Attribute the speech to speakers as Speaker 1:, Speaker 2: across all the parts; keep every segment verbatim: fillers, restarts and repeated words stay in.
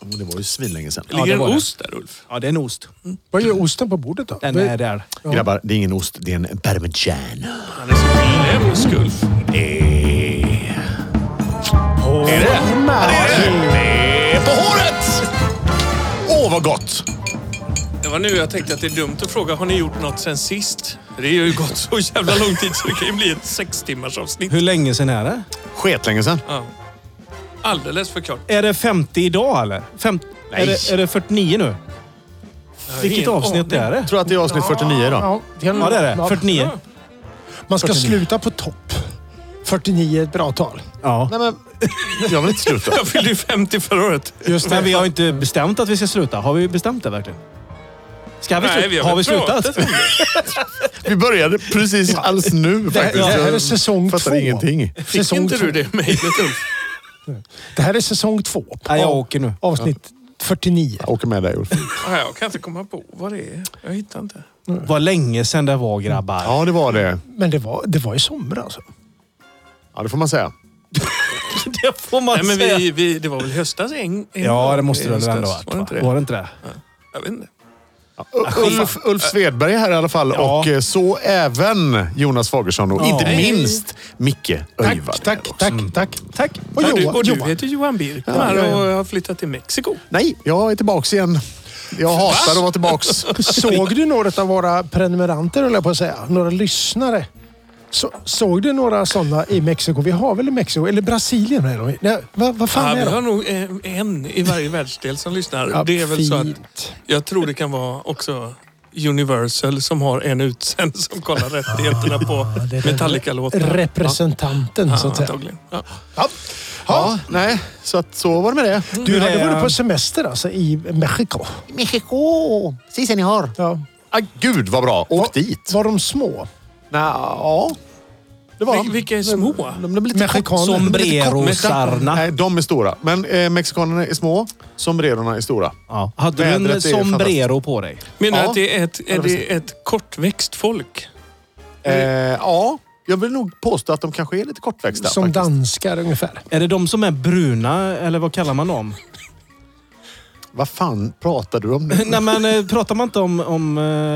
Speaker 1: Det var ju svinlänge sedan.
Speaker 2: Ligger
Speaker 3: ja,
Speaker 2: en
Speaker 3: det.
Speaker 2: ost där, Ulf?
Speaker 3: Ja, det är en ost.
Speaker 4: Mm. Vad gör osten på bordet då?
Speaker 3: Den är där.
Speaker 4: Ja.
Speaker 1: Grabbar, det är ingen ost, det är en parmesan.
Speaker 2: Han är så glömsk, Ulf.
Speaker 1: Eh. Är det? Ja, det är det. Det är på håret! Åh, vad gott!
Speaker 2: Det var nu jag tänkte att det är dumt att fråga, har ni gjort något sen sist? Det har ju gått så jävla lång tid så det kan ju bli ett sex timmars avsnitt.
Speaker 3: Hur länge sedan är det?
Speaker 1: Skitlänge sedan.
Speaker 2: Ja. Alldeles för kort.
Speaker 3: Är det femtio idag eller? Fem...
Speaker 1: Nej.
Speaker 3: Är, det, är det fyrtionio nu? Vilket
Speaker 2: ingen
Speaker 3: avsnitt
Speaker 2: aning.
Speaker 3: är det?
Speaker 1: Jag tror att det är avsnitt fyrtionio då.
Speaker 4: Ja, kan-
Speaker 3: Ja, det är det. fyrtionio.
Speaker 2: Ja.
Speaker 4: Man ska
Speaker 3: fyrtionio.
Speaker 4: sluta på topp. fyrtionio är ett bra tal.
Speaker 3: Ja.
Speaker 1: Nej, men jag vill inte sluta.
Speaker 2: Jag fyllde ju femtio förra året.
Speaker 4: Just
Speaker 3: Men vi har inte bestämt att vi ska sluta. Har vi bestämt det verkligen? Ska vi
Speaker 2: Nej,
Speaker 3: sluta?
Speaker 2: vi har
Speaker 3: har
Speaker 2: väl
Speaker 3: vi slutat?
Speaker 2: pratat om det.
Speaker 1: Vi började precis alls nu faktiskt.
Speaker 4: Det här är
Speaker 1: Jag
Speaker 4: säsong
Speaker 1: fattar
Speaker 4: två.
Speaker 1: ingenting.
Speaker 2: Fick
Speaker 4: Säsong
Speaker 2: inte
Speaker 4: två.
Speaker 2: du det mejlet, Ulf?
Speaker 4: Det här är säsong två.
Speaker 3: Nej, jag åker nu.
Speaker 4: Avsnitt fyrtionio.
Speaker 1: Jag åker med dig, Ulf.
Speaker 2: Ja, jag kan inte komma på vad det är. Jag hittar inte.
Speaker 3: Vad länge sedan det var, grabbar.
Speaker 1: Ja, det var det.
Speaker 4: Men det var, det var i somras alltså.
Speaker 1: Ja, det får man säga.
Speaker 3: Det får man
Speaker 2: Nej, men
Speaker 3: säga.
Speaker 2: vi, vi, det var väl höstas en, en
Speaker 3: Ja, det måste
Speaker 2: i
Speaker 3: det väl
Speaker 2: höstas,
Speaker 3: ändå ha
Speaker 2: var det inte
Speaker 3: varit.
Speaker 2: det?
Speaker 3: Var det inte det?
Speaker 2: Jag vet inte.
Speaker 1: Ulf, Ulf Svedberg är här i alla fall.
Speaker 3: Ja.
Speaker 1: Och eh, så även Jonas Fagersson och
Speaker 3: Ja.
Speaker 1: inte
Speaker 2: Hej.
Speaker 1: minst Micke Öjvall.
Speaker 4: Tack, tack, tack, tack.
Speaker 3: Tack.
Speaker 4: Och
Speaker 2: Ja, du,
Speaker 4: Johan.
Speaker 2: och du
Speaker 4: Johan.
Speaker 2: heter Johan Birk
Speaker 1: Ja,
Speaker 2: här
Speaker 1: ja, ja.
Speaker 2: och har flyttat till Mexiko.
Speaker 1: Nej, jag är tillbaks igen. Jag hatar att vara tillbaks.
Speaker 4: Såg du några av våra prenumeranter, eller på att säga? Några lyssnare? Så, såg du några sådana i Mexiko? Vi har väl i Mexiko? Eller Brasilien är de. Nej, vad, vad fan
Speaker 2: Ja,
Speaker 4: är
Speaker 2: vi har
Speaker 4: de?
Speaker 2: nog eh, en i varje världsdel som lyssnar.
Speaker 4: Ja,
Speaker 2: det är väl så att
Speaker 4: fint.
Speaker 2: jag tror det kan vara också Universal som har en utsänd som kollar rättigheterna på
Speaker 4: det är det.
Speaker 2: Metallica-låtar.
Speaker 4: Representanten, så
Speaker 2: Ja,
Speaker 4: att säga.
Speaker 2: antagligen. Ja.
Speaker 4: Ja.
Speaker 1: Ja, nej. Så att så var det med det.
Speaker 4: Du hade
Speaker 3: det är-
Speaker 4: varit på semester alltså i Mexiko.
Speaker 1: Mexiko. Si, senor.
Speaker 4: Ja.
Speaker 1: Ah, gud vad bra. Åk dit.
Speaker 4: Var de små?
Speaker 1: Nå, ja. Det var
Speaker 2: Vil- Vilka är små?
Speaker 1: de, de är lite
Speaker 4: Mexikaner.
Speaker 3: Sombrerosarna.
Speaker 1: Nej, de är stora. Men eh, mexikanerna är små. Sombrerorna är stora.
Speaker 3: Ja. Hade du
Speaker 1: Vädret är
Speaker 3: en sombrero
Speaker 1: fantastiskt.
Speaker 3: på dig?
Speaker 2: Menar du
Speaker 1: Ja.
Speaker 2: att det är ett, är
Speaker 1: Ja, det
Speaker 2: det ett kortväxt folk?
Speaker 1: Eh, ja, jag vill nog påstå att de kanske är lite kortväxta.
Speaker 4: Som
Speaker 1: faktiskt.
Speaker 4: danskar ungefär.
Speaker 3: Är det de som är bruna, eller vad kallar man dem?
Speaker 1: Vad fan pratar du om nu?
Speaker 3: Nej, men eh, pratar man inte om, om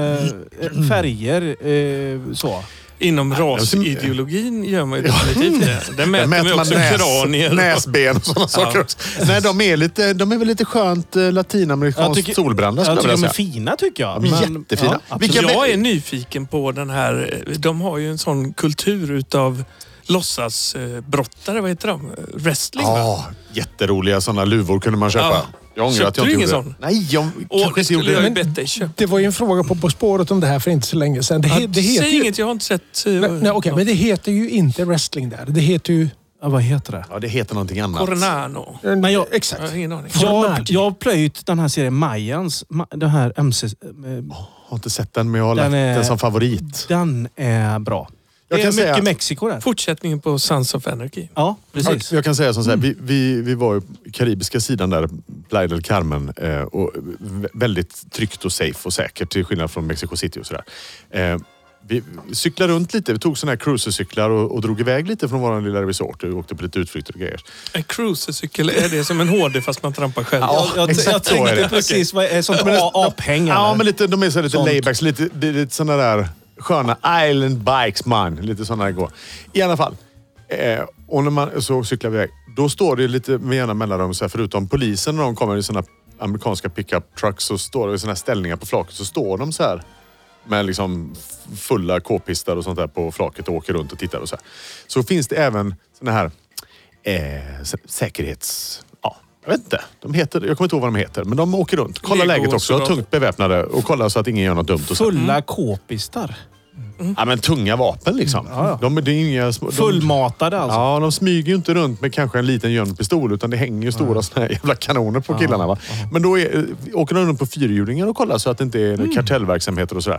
Speaker 3: eh, färger eh, så?
Speaker 2: Inom rasideologin gör man ju definitivt det. Där mäter man ju också kranier. och-
Speaker 1: näsben och sådana saker också. Nej, de är, lite, de är väl lite skönt eh, latinamerikanskt solbrända,
Speaker 3: Jag
Speaker 1: skulle jag
Speaker 3: tycker
Speaker 1: vilja
Speaker 3: de är
Speaker 1: säga.
Speaker 3: fina, tycker jag.
Speaker 1: De är jättefina.
Speaker 3: Ja,
Speaker 1: Vilka-
Speaker 3: absolut.
Speaker 2: Jag är nyfiken på den här, de har ju en sån kultur utav låtsasbrottare, vad heter de? Wrestling va?
Speaker 1: Ja, jätteroliga sådana luvor kunde man köpa.
Speaker 2: Ja.
Speaker 1: Jag ångrar
Speaker 2: Köpte
Speaker 1: att jag
Speaker 2: du
Speaker 1: inte
Speaker 2: ingen
Speaker 1: gjorde
Speaker 2: sån?
Speaker 1: det. Nej, jag
Speaker 2: Och
Speaker 1: kanske
Speaker 2: det
Speaker 1: inte gjorde
Speaker 2: skulle jag
Speaker 1: det.
Speaker 2: ju
Speaker 1: Men
Speaker 2: bett dig köpa.
Speaker 4: Det var ju en fråga på På spåret om det här för inte så länge sedan. Det, he, det heter
Speaker 2: Säg
Speaker 4: ju...
Speaker 2: inget, jag har inte sett... uh,
Speaker 4: Nej, nej, okej, men det heter ju inte wrestling där. Det heter ju...
Speaker 3: Ja, vad heter det?
Speaker 1: Ja, det heter någonting annat.
Speaker 2: Coronano.
Speaker 3: Men jag-
Speaker 4: Exakt.
Speaker 2: Jag har ingen aning.
Speaker 3: Jag,
Speaker 4: Format.
Speaker 3: jag har plöjt den här serien Mayans. Ma- Den här M C... eh,
Speaker 1: Jag har inte sett den, men jag har
Speaker 3: Den
Speaker 1: lagt
Speaker 3: är-
Speaker 1: den som favorit.
Speaker 3: Den är bra.
Speaker 1: Jag
Speaker 3: Det är
Speaker 1: kan
Speaker 3: mycket
Speaker 1: säga-
Speaker 3: Mexiko där.
Speaker 2: Fortsättningen på Sons of Anarchy.
Speaker 3: Ja, precis.
Speaker 1: Jag kan säga som så här, vi, vi, vi var ju på karibiska sidan där, Playa del Carmen, eh, och vä- väldigt tryggt och safe och säkert till skillnad från Mexico City och sådär. Eh, vi cyklade runt lite, vi tog sådana här cruisercyklar och, och drog iväg lite från vår lilla resort och åkte på lite utflykter och grejer.
Speaker 2: En cruisercykel, är det som en H D fast man trampar själv?
Speaker 1: Ja,
Speaker 3: jag, jag,
Speaker 1: exakt
Speaker 3: jag
Speaker 1: så är
Speaker 3: tänkte
Speaker 1: det.
Speaker 3: precis, vad är sånt
Speaker 1: Men det-
Speaker 3: A- A-pengar?
Speaker 1: Ja, men lite, de är så här lite
Speaker 3: Sånt.
Speaker 1: laybacks, lite, det är lite sådana där sköna island bikes man. Lite sådana går. I alla fall. Eh, och när man så cyklar vi iväg, då står det lite med jämna mellanrum, så här, förutom polisen när de kommer i sådana amerikanska pickup trucks, så står det i sådana här ställningar på flaket, så står de så här med liksom fulla k-pistar och sånt där på flaket och åker runt och tittar och så här. Så finns det även sådana här eh, sä- säkerhets... Ja, jag vet inte. De heter, jag kommer inte ihåg vad de heter, men de åker runt. Kollar
Speaker 2: Lego
Speaker 1: läget också,
Speaker 2: soldater.
Speaker 1: tungt beväpnade och kollar så att ingen gör något dumt. Och så.
Speaker 3: Fulla k-pistar.
Speaker 1: Ja, men tunga vapen liksom.
Speaker 3: Ja, ja.
Speaker 1: De, det är inga små, de,
Speaker 3: Fullmatade alltså.
Speaker 1: Ja, de smyger ju inte runt med kanske en liten gömd pistol, utan det hänger ju stora såna här jävla kanoner på killarna. Va? Men då är, åker de runt på fyrhjulingar och kollar så att det inte är mm. kartellverksamheter och sådär.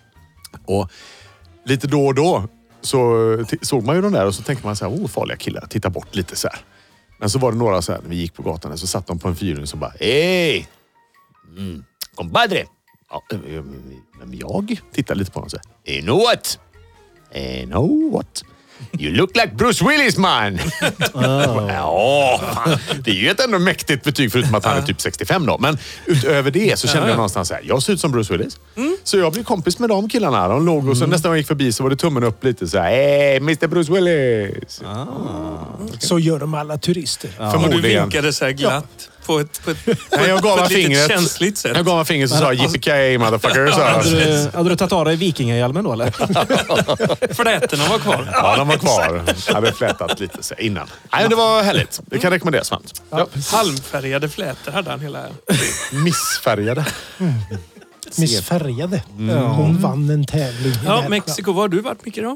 Speaker 1: Och lite då och då så t- såg man ju de där och så tänkte man så här, oh, farliga killar, titta bort lite så här. Men så var det några så här, när vi gick på gatan så satt de på en fyrhjuling som bara, hej! Mm. Compadre! Ja, eh, eh, men jag tittar lite på honom och säger, you know what? You know what? You look like Bruce Willis, man! Oh. Ja, fan. Det är ju ett ändå mäktigt betyg förutom att han är typ sextiofem då. Men utöver det så kände jag någonstans så här, jag ser ut som Bruce Willis. Mm. Så jag blev kompis med de killarna. De låg och så mm. nästa gång jag gick förbi så var det tummen upp lite så här, hey, mister Bruce Willis!
Speaker 4: Ah. Okay. Så gör de alla turister.
Speaker 2: Ja. Förmodligen. Du vinkade så här glatt. Ja. På ett, på ett, på
Speaker 1: Nej, jag gav
Speaker 2: på ett
Speaker 1: fingret.
Speaker 2: känsligt sätt.
Speaker 1: Jag gav han fingret och sa yippee motherfucker. Så.
Speaker 3: Hade, du, hade du tagit av dig vikingahjälmen då eller?
Speaker 2: Flätorna var kvar.
Speaker 1: Ja, de var kvar. Jag hade flätat lite så innan. Nej, det var härligt. Det kan rekommenderas varmt.
Speaker 2: Ja, halmfärgade flätor hade han hela...
Speaker 1: Missfärgade. Mm.
Speaker 4: Missfärgade. Mm. Hon vann en tävling.
Speaker 2: Ja, Mexiko. Var har du varit mycket då?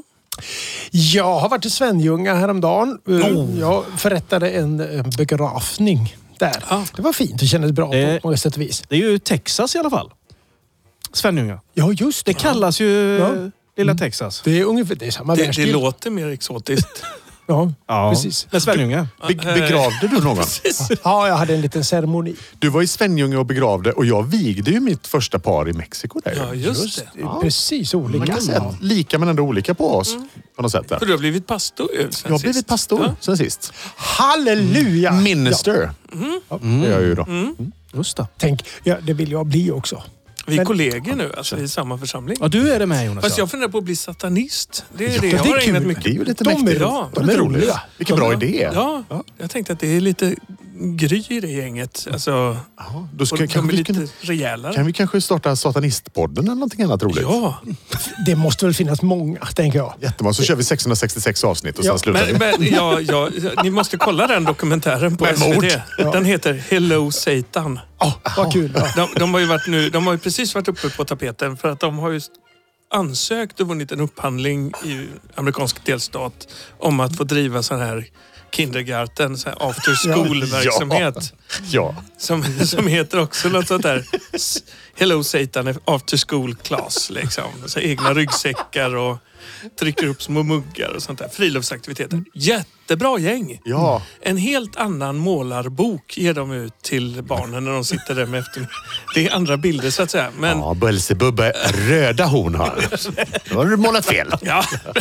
Speaker 4: Jag har varit i Svenljunga häromdagen. Oh. Jag förrättade en begravning där. Ah. Det var fint. Det kändes bra det, på många sätt och vis.
Speaker 3: Det är ju Texas i alla fall. Svenljunga.
Speaker 4: Ja, just det.
Speaker 3: Det kallas ju ja. Lilla Texas.
Speaker 4: Det är ungefär det är samma
Speaker 2: det, det låter mer exotiskt.
Speaker 4: Ja, ja, precis.
Speaker 3: Men Svenljunga.
Speaker 1: Be- begravde du någon?
Speaker 4: Ja, jag hade en liten ceremoni.
Speaker 1: Du var i Svenljunga och begravde och jag vigde ju mitt första par i Mexiko där.
Speaker 2: Ja, just, just det.
Speaker 4: Ja. Precis, olika.
Speaker 1: Man sätt, lika men ändå olika på oss. Mm. På något sätt där.
Speaker 2: För du har blivit pastor sen
Speaker 1: Jag har blivit pastor ja. sen sist.
Speaker 4: Halleluja!
Speaker 1: Minister.
Speaker 2: Ja. Mm.
Speaker 1: Ja, det är jag ju då.
Speaker 2: Mm.
Speaker 3: Just det.
Speaker 4: Tänk, ja, det vill jag bli också.
Speaker 2: Vi är men, kollegor nu, alltså i samma församling.
Speaker 3: Ja, du är det med Jonas.
Speaker 2: Fast jag funderar på att bli satanist. Det är
Speaker 1: ja,
Speaker 2: det jag
Speaker 1: det
Speaker 2: har
Speaker 1: är
Speaker 2: ägnat mycket.
Speaker 1: Det är ju lite
Speaker 4: de
Speaker 1: mäktigt.
Speaker 4: Är, ja, de är roliga.
Speaker 1: Vilken bra idé.
Speaker 2: Ja, ja, jag tänkte att det är lite gry i det gänget. Alltså,
Speaker 1: ja, då ska,
Speaker 2: de
Speaker 1: kan
Speaker 2: är
Speaker 1: vi,
Speaker 2: lite
Speaker 1: kan,
Speaker 2: rejälare.
Speaker 1: Kan vi kanske starta satanistpodden eller någonting annat roligt?
Speaker 2: Ja.
Speaker 4: Det måste väl finnas många, tänker jag.
Speaker 1: Jättemånga. Så kör vi sexhundrasextiosex avsnitt och
Speaker 2: ja,
Speaker 1: sen slutar
Speaker 2: men,
Speaker 1: vi.
Speaker 2: Men, ja, ja, ni måste kolla den dokumentären på S V T.
Speaker 1: Ja.
Speaker 2: Den heter Hello Satan.
Speaker 4: Oh, vad kul. Ja.
Speaker 2: De, de, har ju varit nu, de har ju precis varit uppe på tapeten för att de har ju ansökt och vunnit en upphandling i amerikansk delstat om att få driva sån här kindergarten, så här after school-verksamhet.
Speaker 1: Ja.
Speaker 2: Som, som heter också något sånt där Hello Satan after school class liksom. Så egna ryggsäckar och trycker upp små muggar och sånt där. Friluftsaktiviteter. Jättebra gäng.
Speaker 1: Ja.
Speaker 2: En helt annan målarbok ger de ut till barnen när de sitter där med efter. Det är andra bilder så att säga. Men...
Speaker 1: Ja, Belsebubbe röda horn har. Då har du målat fel.
Speaker 2: Ja.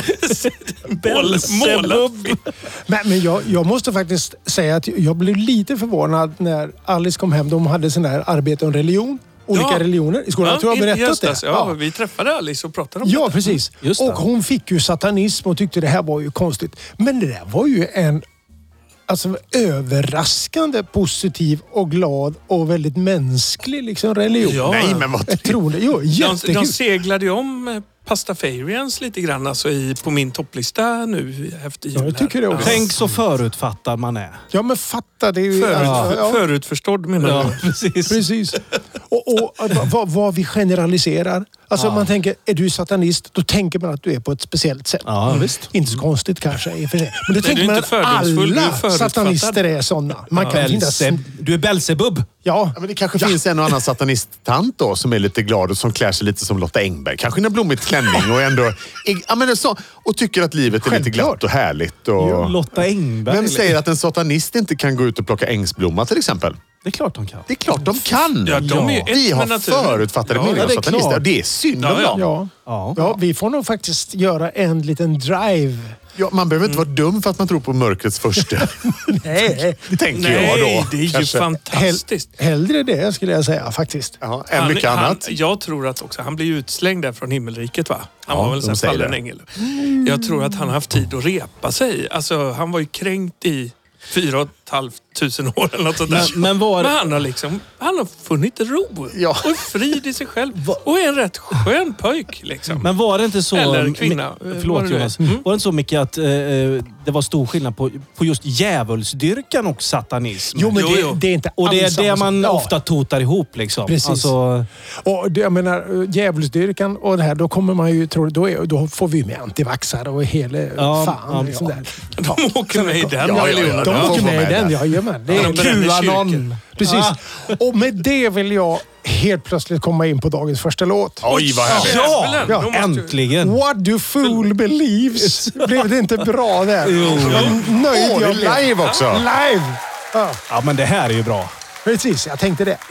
Speaker 2: Belsebubbe.
Speaker 4: Men, men jag, jag måste faktiskt säga att jag blev lite förvånad när Alice kom hem. De hade sån där arbete om religion. Olika
Speaker 2: ja.
Speaker 4: religioner i skolan.
Speaker 2: Ja,
Speaker 4: jag tror jag berättat
Speaker 2: höstas,
Speaker 4: det.
Speaker 2: Ja,
Speaker 4: Ja,
Speaker 2: vi träffade Alice och pratade om
Speaker 4: ja,
Speaker 2: det.
Speaker 4: precis.
Speaker 3: Just
Speaker 4: och hon fick ju satanism och tyckte det här var ju konstigt. Men det där var ju en alltså, överraskande positiv och glad och väldigt mänsklig liksom, religion.
Speaker 2: Ja.
Speaker 1: Nej, men vad
Speaker 4: tror jo,
Speaker 2: de, de seglade ju om Pastafarians lite grann alltså i, på min topplista nu efter jul.
Speaker 4: Ja, jag tycker det också.
Speaker 3: Tänk så förutfattad man är.
Speaker 4: Ja, men fatta det är ju...
Speaker 2: Förut,
Speaker 4: ja, ja.
Speaker 2: Förutförstådd menar
Speaker 3: ja,
Speaker 2: du?
Speaker 3: Precis.
Speaker 4: Precis. Och, och vad, vad vi generaliserar. Alltså
Speaker 3: ja.
Speaker 4: man tänker, är du satanist? Då tänker man att du är på ett speciellt sätt.
Speaker 3: Ja,
Speaker 4: mm.
Speaker 3: visst.
Speaker 4: Inte så konstigt kanske i och för sig. Men då
Speaker 2: Nej,
Speaker 4: tänker man att alla satanister är sådana. Man
Speaker 3: ja.
Speaker 4: kan
Speaker 3: Belse,
Speaker 4: inte...
Speaker 3: Du är Belsebub.
Speaker 4: Ja.
Speaker 1: Ja, men det kanske
Speaker 4: ja.
Speaker 1: finns en och annan satanist-tant då som är lite glad och som klär sig lite som Lotta Engberg. Kanske en blommigt klänning och ändå... Ja, men så, och tycker att livet är
Speaker 4: Självklart.
Speaker 1: lite glatt och härligt. Och...
Speaker 3: Ja, Lotta Engberg.
Speaker 1: Vem säger att en satanist inte kan gå ut och plocka ängsblomma till exempel?
Speaker 3: Det är klart de kan.
Speaker 1: Det är klart de kan.
Speaker 2: Ja, de är ju
Speaker 1: Vi
Speaker 2: ett
Speaker 1: har
Speaker 2: med naturen.
Speaker 1: förutfattade
Speaker 2: Ja,
Speaker 1: meningar
Speaker 3: ja,
Speaker 1: om
Speaker 3: det är
Speaker 1: satanister.
Speaker 3: klart.
Speaker 1: Det är synd om
Speaker 2: Ja, ja.
Speaker 1: dem.
Speaker 4: Ja.
Speaker 3: Ja.
Speaker 4: Ja, vi får nog faktiskt göra en liten drive.
Speaker 1: Ja, man behöver inte vara dum för att man tror på mörkrets första.
Speaker 4: Nej,
Speaker 1: tänker
Speaker 2: Nej,
Speaker 1: jag då.
Speaker 2: det är ju
Speaker 1: Kanske.
Speaker 2: fantastiskt.
Speaker 4: hellre det skulle jag säga faktiskt.
Speaker 1: Ja, än mycket
Speaker 2: han,
Speaker 1: annat.
Speaker 2: Han, jag tror att också, han blir utslängd där från himmelriket va? Han
Speaker 1: Ja,
Speaker 2: var väl
Speaker 1: de
Speaker 2: en
Speaker 1: säger
Speaker 2: fallen
Speaker 1: det.
Speaker 2: ängel. Jag tror att han har haft tid att repa sig. Alltså han var ju kränkt i fyra och ett halvt tusen år eller något sånt där.
Speaker 3: Men, men, var...
Speaker 2: Men han har liksom, han har funnit ro
Speaker 1: Ja.
Speaker 2: och frid i sig själv. Och är en rätt skön pojk liksom.
Speaker 3: Men var det inte så...
Speaker 2: Eller kvinna.
Speaker 3: Mi- Förlåt
Speaker 2: Vad det nu är.
Speaker 3: Jonas.
Speaker 2: Mm.
Speaker 3: Var det inte så mycket att eh, det var stor skillnad på, på just djävulsdyrkan och satanism?
Speaker 4: Jo, men
Speaker 2: Jo,
Speaker 4: det,
Speaker 2: jo.
Speaker 4: det är inte
Speaker 3: och det är
Speaker 4: alls
Speaker 3: det
Speaker 4: samma
Speaker 3: man
Speaker 4: sak. Ja.
Speaker 3: ofta totar ihop liksom.
Speaker 4: Precis.
Speaker 3: Alltså,
Speaker 4: Och det, jag menar, djävulsdyrkan och det här, då kommer man ju, tror, då, är, då får vi med antivaxare och hela
Speaker 3: Ja,
Speaker 4: fan.
Speaker 3: ja,
Speaker 4: liksom
Speaker 3: ja.
Speaker 4: där.
Speaker 2: De åker med i den
Speaker 1: Ja, ja, ja.
Speaker 2: religionen.
Speaker 4: De
Speaker 1: Ja,
Speaker 4: åker
Speaker 1: får
Speaker 4: med i
Speaker 1: med
Speaker 4: den,
Speaker 1: där.
Speaker 4: jajamän. Det
Speaker 2: Ja,
Speaker 4: är
Speaker 2: de bränner
Speaker 4: Qanon.
Speaker 2: kyrkor.
Speaker 4: Precis.
Speaker 3: Ah.
Speaker 4: Och med det vill jag helt plötsligt komma in på dagens första låt.
Speaker 1: Oj, vad härligt.
Speaker 2: Ja,
Speaker 4: Ja,
Speaker 2: då måste-
Speaker 3: äntligen!
Speaker 4: What do fool believes? Blev det inte bra där?
Speaker 3: Jo.
Speaker 4: Jag är nöjd.
Speaker 1: Åh, det
Speaker 4: jag blev.
Speaker 1: är live också.
Speaker 4: Live! Ja,
Speaker 3: Ja, men det här är ju bra.
Speaker 4: precis. Jag tänkte det.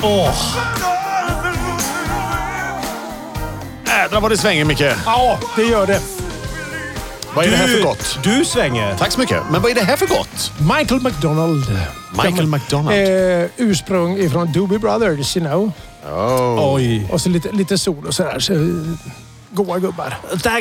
Speaker 3: Åh!
Speaker 1: Ädra vad det svänger, Micke.
Speaker 4: Ja, det gör det.
Speaker 1: Vad är det här för gott?
Speaker 3: Du svänger.
Speaker 1: Tack så mycket. Men vad är det här för gott?
Speaker 4: Michael McDonald.
Speaker 1: Michael McDonald.
Speaker 4: Eh, ursprung ifrån Doobie Brothers, you know.
Speaker 1: Oh.
Speaker 3: Oj.
Speaker 4: Och så lite, lite sol och sådär. Så, goa gubbar.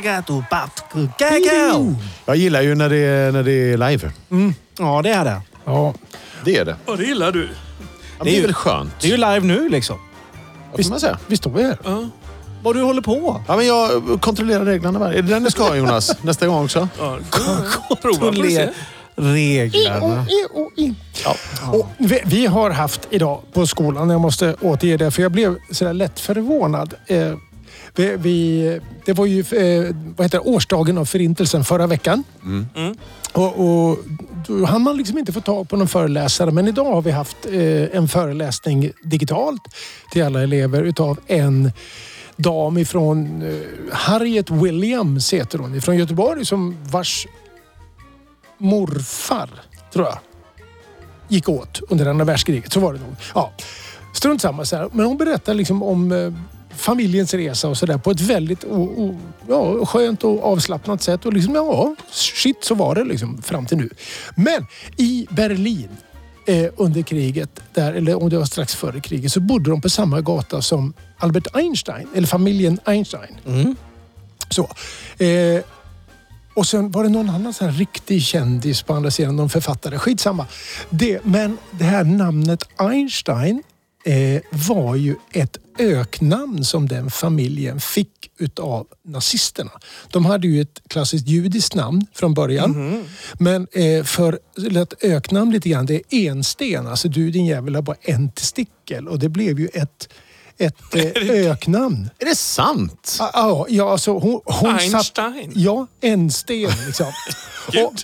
Speaker 1: Jag gillar ju när det är, när det är live.
Speaker 3: Mm. Ja, det är det.
Speaker 4: Ja.
Speaker 1: Det är det.
Speaker 2: Och det gillar du.
Speaker 1: Ja, det är väl skönt.
Speaker 3: Det är ju live nu liksom.
Speaker 1: Vad får man säga?
Speaker 4: Vi står här.
Speaker 2: Ja.
Speaker 3: Vad du håller på.
Speaker 1: Ja, men jag kontrollerar reglerna. Är det den du ska ha, Jonas? Nästa gång också?
Speaker 2: Ja, prova får du se.
Speaker 3: Reglerna.
Speaker 1: Ja.
Speaker 4: Och vi, vi har haft idag på skolan, jag måste återge det, för jag blev sådär lätt förvånad. Eh, vi, vi, det var ju eh, vad heter det, årsdagen av förintelsen förra veckan.
Speaker 1: Mm.
Speaker 2: Mm.
Speaker 4: Och, och då hann man liksom inte få tag på någon föreläsare, men idag har vi haft eh, en föreläsning digitalt till alla elever utav en dam ifrån eh, Harriet Williams heter hon, ifrån Göteborg, som vars morfar, tror jag, gick åt under andra världskriget. Så var det nog. Ja, strunt samma så här. Men hon berättar liksom om eh, familjens resa och sådär på ett väldigt o, o, ja, skönt och avslappnat sätt. Och liksom, ja, shit, så var det liksom fram till nu. Men i Berlin eh, under kriget, där, eller om det var strax före kriget, så bodde de på samma gata som Albert Einstein, eller familjen Einstein.
Speaker 3: Mm.
Speaker 4: Så. Eh, Och sen var det någon annan sån här riktig kändis på andra sidan, någon författare. Skitsamma. Det, men det här namnet Einstein eh, var ju ett öknamn som den familjen fick utav nazisterna. De hade ju ett klassiskt judiskt namn från början. Mm-hmm. Men eh, för ett öknamn lite grann, det är ensten. Alltså du din jävel har bara en testikel. Och det blev ju ett... ett eh, öknamn.
Speaker 1: Är det sant?
Speaker 4: Ja, ah, ja, alltså hon, hon
Speaker 2: Einstein?
Speaker 4: Satt, ja, en sten liksom. och,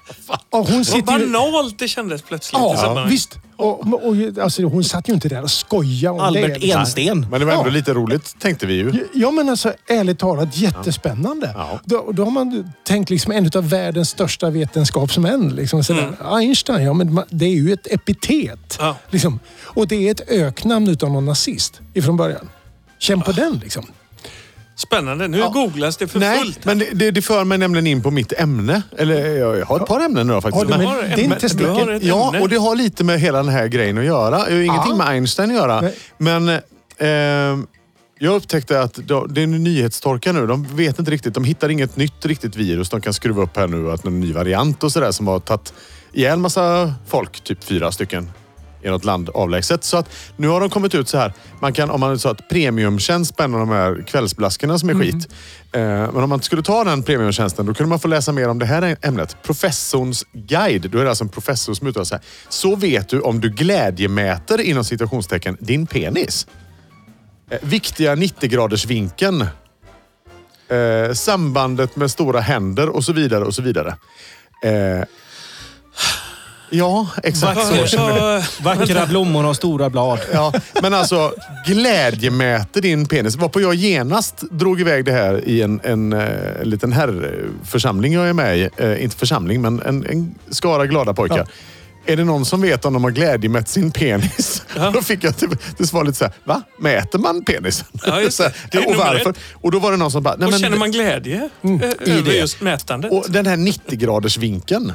Speaker 4: och hon
Speaker 2: Vad banalt det kändes plötsligt.
Speaker 4: Ja, visst. Och, och, alltså, hon satt ju inte där och skojade om
Speaker 3: Albert
Speaker 4: det.
Speaker 3: Ensten.
Speaker 1: Men det var ändå
Speaker 4: Ja.
Speaker 1: lite roligt, tänkte vi ju.
Speaker 4: Ja, men alltså ärligt talat jättespännande.
Speaker 1: Ja.
Speaker 4: Då, då har man tänkt liksom en av världens största vetenskapsmän. Liksom, sådär.
Speaker 2: Mm.
Speaker 4: Einstein, ja, men det är ju ett epitet.
Speaker 2: Ja.
Speaker 4: Liksom. Och det är ett öknamn utav någon nazist ifrån början. Känn på den liksom.
Speaker 2: Spännande. Nu
Speaker 1: Ja.
Speaker 2: googlas det för
Speaker 1: Nej,
Speaker 2: fullt.
Speaker 1: men det, det, det för mig nämligen in på mitt ämne. Eller jag har ett par ämnen nu då, faktiskt.
Speaker 4: Har du
Speaker 1: Men-
Speaker 4: med
Speaker 2: men-
Speaker 4: din
Speaker 2: men-
Speaker 4: testikel?
Speaker 2: du har ett
Speaker 1: Ja,
Speaker 2: ämne.
Speaker 1: och det har lite med hela den här grejen att göra. Det har ju ingenting
Speaker 4: Ja.
Speaker 1: med Einstein att göra.
Speaker 4: Nej.
Speaker 1: Men eh, jag upptäckte att då, det är en nyhetstorka nu. De vet inte riktigt. De hittar inget nytt riktigt virus de kan skruva upp här nu. Att någon ny variant och sådär som har tagit ihjäl massa folk. Typ fyra stycken i något land avlägset. Så att nu har de kommit ut så här. Man kan, om man så att premiumtjänst på en av de här kvällsblaskorna som är skit. Eh, men om man skulle ta den premiumtjänsten, då kunde man få läsa mer om det här ämnet. Professorns guide. Då är det alltså en professor som uttalar så här. Så vet du om du glädjemäter inom citationstecken din penis. Eh, viktiga nittio graders vinkeln. Eh, sambandet med stora händer och så vidare och så vidare. Eh, ja, exakt så.
Speaker 2: Ja,
Speaker 3: Vackra blommor och stora blad.
Speaker 1: Ja, men alltså glädjemäter din penis. Varpå jag genast drog iväg det här i en, en, en, en liten herrförsamling jag är med i. Eh, inte församling, men en, en skara glada pojkar.
Speaker 4: Ja.
Speaker 1: Är det någon som vet om de har glädjemätt sin penis?
Speaker 2: Ja.
Speaker 1: Då fick jag till, till svar lite så här, va? Mäter man penis?
Speaker 2: Ja, just det. Det är
Speaker 1: och
Speaker 2: nummer
Speaker 1: varför?
Speaker 2: ett.
Speaker 1: Och då var det någon som bara... Nej,
Speaker 2: och
Speaker 1: men,
Speaker 2: känner man glädje mm. över
Speaker 1: det.
Speaker 2: just mätandet?
Speaker 1: Och den här nittio graders vinkeln.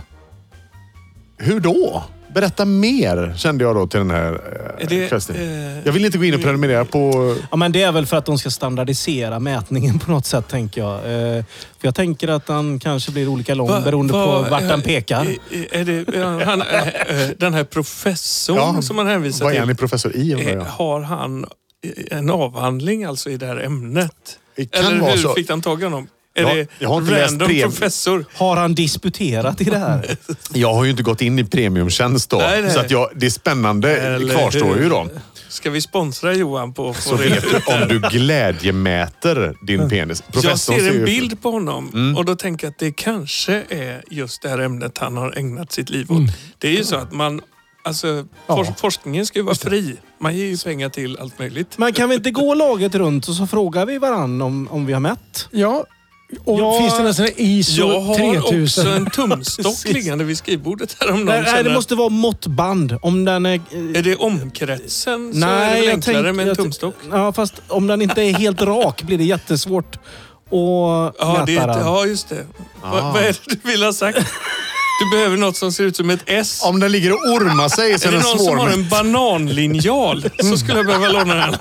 Speaker 1: Hur då? Berätta mer, kände jag då till den här
Speaker 2: Är det,
Speaker 1: eh, kvällsen.
Speaker 2: eh,
Speaker 1: Jag vill inte gå in och prenumerera på...
Speaker 3: Ja, men det är väl för att de ska standardisera mätningen på något sätt, tänker jag. Eh, för jag tänker att den kanske blir olika lång
Speaker 2: Va-
Speaker 3: beroende
Speaker 2: va-
Speaker 3: på vart den pekar.
Speaker 2: Är, är det, ja, han, äh, äh, den här professorn
Speaker 1: Ja,
Speaker 2: som man hänvisar
Speaker 1: Vad är
Speaker 2: till.
Speaker 1: han i professor i? undrar
Speaker 2: eh,
Speaker 1: jag?
Speaker 2: Har han en avhandling alltså i det här ämnet?
Speaker 1: Det kan
Speaker 2: Eller
Speaker 1: vara
Speaker 2: hur
Speaker 1: så.
Speaker 2: fick han tag i honom? Är
Speaker 1: Ja,
Speaker 2: det
Speaker 1: jag har inte läst
Speaker 2: random
Speaker 1: brev.
Speaker 2: professor?
Speaker 3: Har han disputerat i det här?
Speaker 1: Jag har ju inte gått in i premiumtjänst då.
Speaker 2: Nej, nej.
Speaker 1: Så att jag, det spännande
Speaker 2: Eller
Speaker 1: kvarstår
Speaker 2: hur?
Speaker 1: ju då.
Speaker 2: Ska vi sponsra Johan på... på
Speaker 1: Så vet du om du glädjemäter din penis.
Speaker 2: Jag
Speaker 1: Professorn
Speaker 2: ser
Speaker 1: ju-
Speaker 2: en bild på honom
Speaker 1: Mm.
Speaker 2: och då tänker jag att det kanske är just det här ämnet han har ägnat sitt liv åt.
Speaker 4: Mm.
Speaker 2: Det är ju så att man... Alltså,
Speaker 4: Ja.
Speaker 2: for, forskningen ska ju vara fri. Man ger ju pengar till allt möjligt.
Speaker 3: Men kan vi inte gå laget runt och så frågar vi varann om, om vi har mätt?
Speaker 4: Ja, Och
Speaker 3: Ja,
Speaker 4: finns det någon sån här I S O
Speaker 2: Jag har
Speaker 4: tre tusen?
Speaker 2: också en tumstock liggande vid skrivbordet här om någon
Speaker 3: Nej, nej, det
Speaker 2: känner-
Speaker 3: måste vara måttband. Om den är...
Speaker 2: Är det omkretsen så
Speaker 3: Nej,
Speaker 2: är det väl
Speaker 3: jag
Speaker 2: enklare
Speaker 3: tänk-
Speaker 2: med en
Speaker 3: jag-
Speaker 2: tumstock?
Speaker 3: Ja, fast om den inte är helt rak blir det jättesvårt att
Speaker 2: Ja,
Speaker 3: mäta
Speaker 2: det är,
Speaker 3: den.
Speaker 2: ja just det.
Speaker 1: Ah.
Speaker 2: Vad, vad är det du vill ha sagt? Du behöver något som ser ut som ett S.
Speaker 1: Om den ligger och ormar sig så
Speaker 2: Är
Speaker 1: är
Speaker 2: det
Speaker 1: den
Speaker 2: någon
Speaker 1: svår.
Speaker 2: som har
Speaker 1: med-
Speaker 2: en bananlinjal så skulle jag behöva låna den.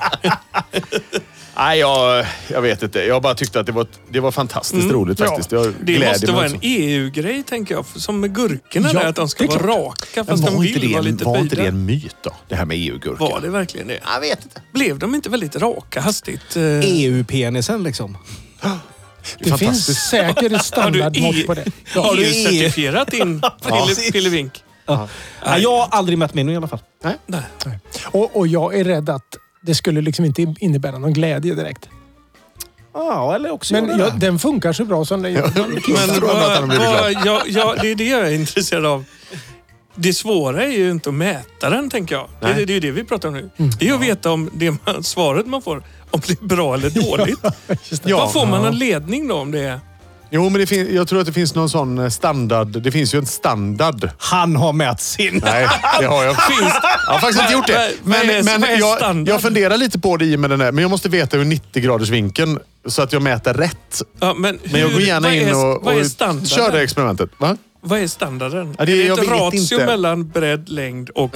Speaker 1: Nej, jag, jag vet inte. Jag bara tyckte att det var, det var fantastiskt roligt faktiskt. Jag
Speaker 2: Mm. Det
Speaker 1: gläder
Speaker 2: måste
Speaker 1: mig
Speaker 2: vara
Speaker 1: också.
Speaker 2: en E U-grej tänker jag. Som med gurkorna
Speaker 4: Ja,
Speaker 2: där, att de ska
Speaker 4: det är
Speaker 2: vara
Speaker 4: klart.
Speaker 2: raka
Speaker 1: Men
Speaker 2: fast de
Speaker 1: var inte
Speaker 2: vill
Speaker 1: det,
Speaker 2: vara
Speaker 1: en,
Speaker 2: lite
Speaker 1: var inte det
Speaker 2: böjda.
Speaker 1: en myt då? Det här med E U-gurka.
Speaker 2: Var det verkligen det?
Speaker 1: Jag vet inte.
Speaker 2: Blev de inte väldigt raka hastigt? eh?
Speaker 3: E U-penisen liksom.
Speaker 4: Det finns säkert ett
Speaker 2: Har du,
Speaker 4: standardmått
Speaker 2: E-
Speaker 4: på det.
Speaker 2: har du
Speaker 3: E U.
Speaker 2: certifierat in Pille- Pillevink?
Speaker 3: Ja. Ja, jag har aldrig mätt min i alla fall.
Speaker 2: Nej.
Speaker 4: Och, och jag är rädd att det skulle liksom inte innebära någon glädje direkt.
Speaker 3: Ja, eller också
Speaker 4: Men
Speaker 3: gör det
Speaker 4: ja,
Speaker 3: det.
Speaker 4: den funkar så bra som den gör.
Speaker 2: Men
Speaker 1: tror ändå att han har
Speaker 2: vad,
Speaker 1: blivit
Speaker 2: vad,
Speaker 1: glad.
Speaker 2: ja, ja, det är det jag är intresserad av. Det svåra är ju inte att mäta den, tänker jag. Det,
Speaker 1: Nej.
Speaker 2: det är ju det vi pratar om nu. Det är att veta om det man, svaret man får, om det är bra eller dåligt.
Speaker 4: Just det.
Speaker 1: Ja.
Speaker 2: Vad får man en ledning då om det är?
Speaker 1: Jo, men det fin- jag tror att det finns någon sån standard. Det finns ju en standard.
Speaker 3: Han har mätt sin.
Speaker 1: Nej, det har jag.
Speaker 2: Finns,
Speaker 1: Jag har faktiskt inte gjort det.
Speaker 2: Vad- vad är-
Speaker 1: Men,
Speaker 2: vad är
Speaker 1: men jag,
Speaker 2: standard?
Speaker 1: jag funderar lite på det i med den här. Men jag måste veta hur nittio graders vinkeln så att jag mäter rätt.
Speaker 2: ja, men,
Speaker 1: Men jag går gärna
Speaker 2: vad
Speaker 1: in
Speaker 2: är,
Speaker 1: och,
Speaker 2: vad är
Speaker 1: och
Speaker 2: standarden?
Speaker 1: kör det experimentet. Va?
Speaker 2: Vad är standarden?
Speaker 1: Ja, det-
Speaker 2: är det
Speaker 1: jag
Speaker 2: ett
Speaker 1: vet
Speaker 2: ratio
Speaker 1: inte.
Speaker 2: mellan bredd, längd och,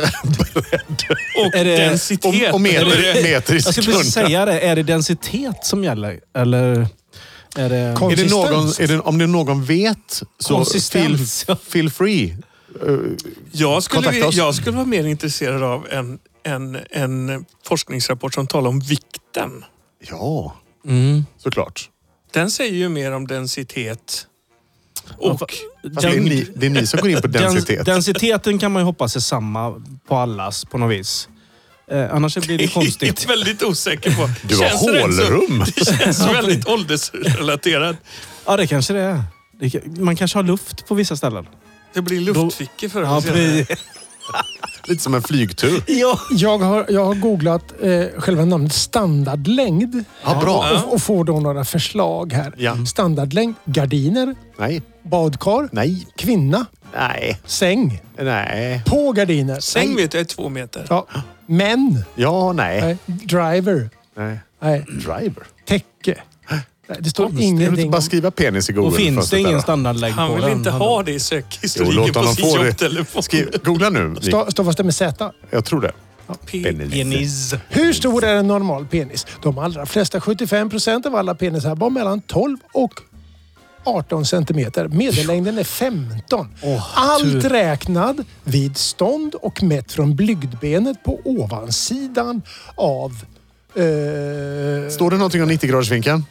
Speaker 2: och
Speaker 3: Är det-
Speaker 2: densitet?
Speaker 1: Och, och meter,
Speaker 2: Är det-
Speaker 1: meter i
Speaker 3: Jag skulle
Speaker 1: sekund.
Speaker 3: precis säga det. Är det densitet som gäller? Eller är det...
Speaker 1: Är det
Speaker 4: Konsistens.
Speaker 1: någon, är det, om det någon vet så feel,
Speaker 3: Konsistens, ja.
Speaker 1: feel free. Uh,
Speaker 2: Jag skulle,
Speaker 1: Kontakta oss.
Speaker 2: jag skulle vara mer intresserad av en, en, en forskningsrapport som talar om vikten.
Speaker 1: ja,
Speaker 3: Mm.
Speaker 1: såklart.
Speaker 2: Den säger ju mer om densitet och...
Speaker 1: Fast det, är ni, det är ni som går in på densitet.
Speaker 3: Den, densiteten kan man ju hoppas är samma på allas på något vis. Eh, annars blir det
Speaker 2: Jag
Speaker 3: konstigt.
Speaker 2: är väldigt osäker på.
Speaker 1: Du har
Speaker 2: Känns rätt så-
Speaker 1: hålrum.
Speaker 2: Det känns väldigt åldersrelaterat.
Speaker 3: Ja, det kanske det är. Det, kan- man kanske har luft på vissa ställen.
Speaker 2: Det blir luftfickor för
Speaker 3: Ja,
Speaker 2: oss.
Speaker 3: precis.
Speaker 1: Lite som en flygtur.
Speaker 3: Ja.
Speaker 4: Jag har, jag har googlat eh, själva namnet standardlängd.
Speaker 1: Ja, bra.
Speaker 4: Och, och får då några förslag här.
Speaker 1: Ja.
Speaker 4: Standardlängd, gardiner,
Speaker 1: Nej,
Speaker 4: badkar,
Speaker 1: nej,
Speaker 4: kvinna,
Speaker 1: nej,
Speaker 4: säng,
Speaker 1: nej.
Speaker 4: på gardiner.
Speaker 2: Säng vet jag är två meter.
Speaker 4: Ja. Män,
Speaker 1: Ja, nej.
Speaker 4: nej. Driver,
Speaker 1: nej.
Speaker 4: nej.
Speaker 1: Driver.
Speaker 4: täcke. Nej, det står
Speaker 1: Kan du inte
Speaker 4: ingenting
Speaker 1: bara
Speaker 4: om...
Speaker 1: skriva penis i Google?
Speaker 3: Och finns
Speaker 1: först
Speaker 3: det
Speaker 1: och
Speaker 3: ingen
Speaker 1: främst?
Speaker 3: standardlängd på
Speaker 2: Han vill
Speaker 3: den?
Speaker 2: inte
Speaker 3: Han-
Speaker 2: ha det i
Speaker 1: Jo,
Speaker 2: sökhistoriken
Speaker 1: låt
Speaker 2: på
Speaker 1: honom
Speaker 2: sin
Speaker 1: få det.
Speaker 2: jobbtelefon.
Speaker 1: Skriv, googla nu.
Speaker 4: Sta- Stavas det med Z?
Speaker 1: Jag tror det.
Speaker 3: Penis.
Speaker 4: Hur stor är en normal penis? De allra flesta, sjuttiofem procent av alla penisar, var mellan tolv och arton centimeter. Medellängden är femton.
Speaker 3: Åh,
Speaker 4: Allt
Speaker 3: tur.
Speaker 4: räknad vid stånd och mätt från blygdbenet på ovansidan av... Eh,
Speaker 1: Står det någonting om nittio graders vinkeln?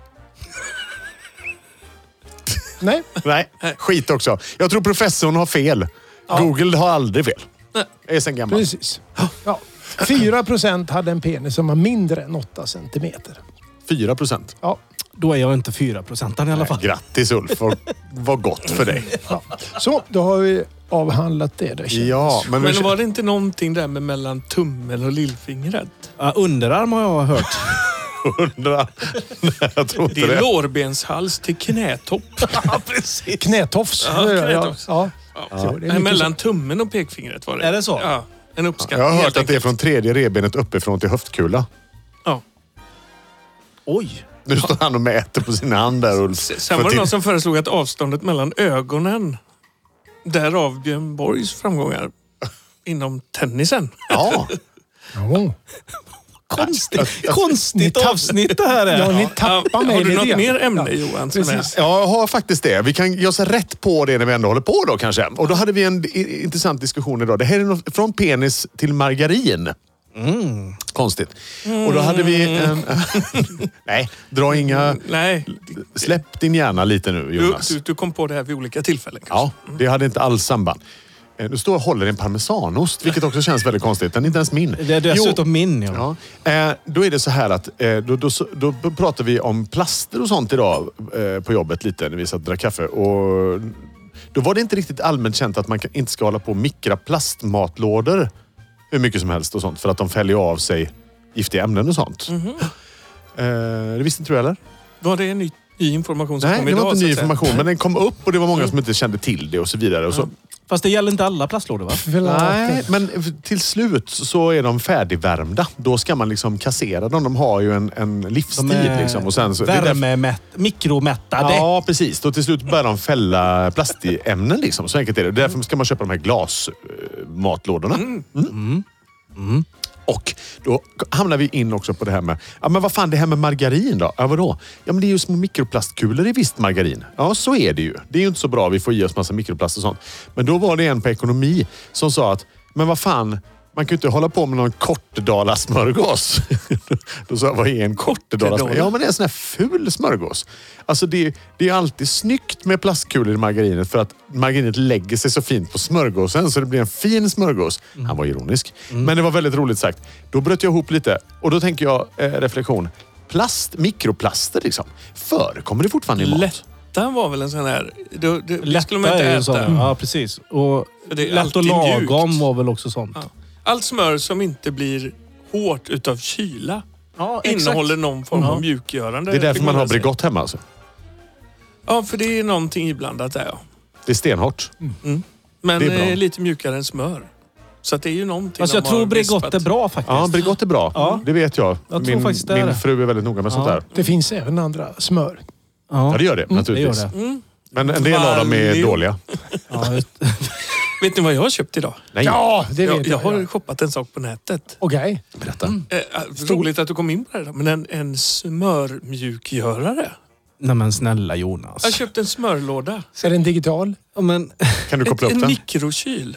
Speaker 4: nej,
Speaker 1: Nej, skit också. Jag tror professorn har fel. Google har aldrig fel. Det är sen gammalt.
Speaker 4: precis. Ja. fyra procent hade en penis som var mindre än åtta centimeter.
Speaker 1: fyra procent.
Speaker 4: Ja.
Speaker 3: Då är jag inte fyra procent i alla fall.
Speaker 1: Grattis Ulf, vad, vad gott för dig.
Speaker 4: Ja. Så, då har vi avhandlat det. det känns.
Speaker 1: Ja, men,
Speaker 2: Men
Speaker 1: nu,
Speaker 2: var det inte någonting där med mellan tummen och lillfingret?
Speaker 3: Ja, underarm har jag hört.
Speaker 1: undrar. Nej, jag tror inte
Speaker 2: Det är
Speaker 1: det.
Speaker 2: lårbenshals till knätopp.
Speaker 3: Ja, precis.
Speaker 4: Knätofs.
Speaker 2: Ja, knätofs.
Speaker 4: Ja.
Speaker 2: Ja.
Speaker 4: Så det är
Speaker 2: Nej,
Speaker 4: mycket
Speaker 2: mellan tummen och pekfingret var det.
Speaker 3: Är det så?
Speaker 2: Ja, en uppskattning.
Speaker 1: Jag har hört
Speaker 2: helt
Speaker 1: att det är
Speaker 2: enkelt.
Speaker 1: från tredje revbenet uppifrån till höftkula.
Speaker 2: Ja.
Speaker 3: Oj.
Speaker 1: Nu står han och mäter på sin hand där Ulf.
Speaker 2: Sen var det någon som föreslog att avståndet mellan ögonen, därav Björn Borgs framgångar inom tennisen.
Speaker 1: Ja,
Speaker 4: Ja.
Speaker 3: Konstigt,
Speaker 4: Ni
Speaker 3: konstigt
Speaker 4: tapp-
Speaker 3: avsnitt det här är.
Speaker 4: Ja, ni tappar mig
Speaker 2: Har du
Speaker 4: lite
Speaker 2: något
Speaker 4: grann.
Speaker 2: mer ämne
Speaker 4: Ja.
Speaker 2: Johan? Som är?
Speaker 4: Precis.
Speaker 1: jag har faktiskt det. Vi kan göra så rätt på det när vi ändå håller på då kanske. Och då hade vi en i- intressant diskussion idag. Det här är något, från penis till margarin.
Speaker 3: Mm.
Speaker 1: Konstigt. Och då hade vi en... Nej, dra inga...
Speaker 2: Nej,
Speaker 1: Släpp din hjärna lite nu
Speaker 2: du,
Speaker 1: Jonas.
Speaker 2: du, du kom på det här vid olika tillfällen.
Speaker 1: Ja, det hade inte alls samband. Eh, Nu står jag och håller i en parmesanost, vilket också känns väldigt konstigt. Den är inte ens min.
Speaker 3: Det är dessutom min. Ja.
Speaker 1: Ja. Eh, då är det så här att eh, då, då, då, då pratar vi om plaster och sånt idag eh, på jobbet lite när vi satt och drack kaffe. Och då var det inte riktigt allmänt känt att man kan, inte ska hålla på och mikra plastmatlådor hur mycket som helst och sånt. För att de fäller av sig giftiga ämnen och sånt.
Speaker 2: Mhm.
Speaker 1: Eh, det visste inte du eller?
Speaker 2: Var det nytt? ny information som
Speaker 1: Nej,
Speaker 2: kom
Speaker 1: det
Speaker 2: idag.
Speaker 1: var inte
Speaker 2: så
Speaker 1: ny
Speaker 2: att säga.
Speaker 1: information, men den kom upp och det var många som inte kände till det och så vidare. Och så.
Speaker 3: Fast det gäller inte alla plastlådor, va?
Speaker 1: Nej, men till slut så är de färdigvärmda. Då ska man liksom kassera dem. De har ju en, en livstid.
Speaker 3: De är
Speaker 1: liksom. Och sen så,
Speaker 3: värmemätt, mikromättade.
Speaker 1: Ja, precis. Då till slut börjar de fälla plastämnen. Liksom. Så enkelt är det. Därför ska man köpa de här glasmatlådorna. Mm. Mm. Mm. Och då hamnar vi in också på det här med, ja men vad fan, det här med margarin då? Ja vadå? Ja men det är ju små mikroplastkulor i visst margarin. Ja så är det ju. Det är ju inte så bra, vi får i oss massa mikroplast och sånt. Men då var det en på ekonomi som sa att, men vad fan, man kan ju inte hålla på med någon kortdala smörgås. Då sa jag, vad är en kortdala smörgås? Ja men det är en sån här ful smörgås. Alltså det, det är alltid snyggt med plastkulor i margarinet för att margarinet lägger sig så fint på smörgåsen så det blir en fin smörgås. Mm. Han var ironisk. Mm. Men det var väldigt roligt sagt. Då bröt jag ihop lite och då tänker jag, eh, reflektion. Plast, mikroplaster liksom. Förekommer det fortfarande i mat?
Speaker 2: Lätta var väl en sån här... Det, det, det
Speaker 3: Lätta
Speaker 2: skulle man inte
Speaker 3: är ju
Speaker 2: äta.
Speaker 3: sån. Ja, precis. Och lätt och lagom mjukt. Var väl också sånt. Ja.
Speaker 2: Allt smör som inte blir hårt utav kyla
Speaker 3: ja,
Speaker 2: innehåller någon form
Speaker 3: ja.
Speaker 2: av mjukgörande.
Speaker 1: Det är därför man har Bregott hemma alltså?
Speaker 2: Ja, för det är någonting iblandat där, ja.
Speaker 1: Det är stenhårt.
Speaker 2: Mm. Mm. Men det är lite mjukare än smör. Så att det är ju någonting.
Speaker 3: Alltså jag tror Bregott är bra faktiskt.
Speaker 1: Ja, Bregott är bra. Ja. Det vet jag.
Speaker 3: jag
Speaker 1: min
Speaker 3: tror
Speaker 1: min fru är väldigt noga med ja. sånt där.
Speaker 4: Det finns även andra smör.
Speaker 1: Ja, ja det gör det
Speaker 3: mm.
Speaker 1: naturligtvis.
Speaker 3: Det gör det. Mm.
Speaker 1: Men en del av dem är dåliga.
Speaker 2: Ja, vet ni vad jag har köpt idag?
Speaker 1: Nej.
Speaker 4: Ja, det vet
Speaker 2: jag.
Speaker 4: Jag,
Speaker 2: jag har shoppat en sak på nätet.
Speaker 4: Okej. Okay.
Speaker 1: Berätta.
Speaker 2: Mm. Eh, roligt att du kom in på det. Men en, en smörmjukgörare.
Speaker 3: Nej men snälla Jonas.
Speaker 2: Jag har köpt en smörlåda.
Speaker 4: Är den digital?
Speaker 3: Ja, men...
Speaker 1: Kan du koppla
Speaker 2: ett,
Speaker 1: upp den?
Speaker 2: En mikrokyl.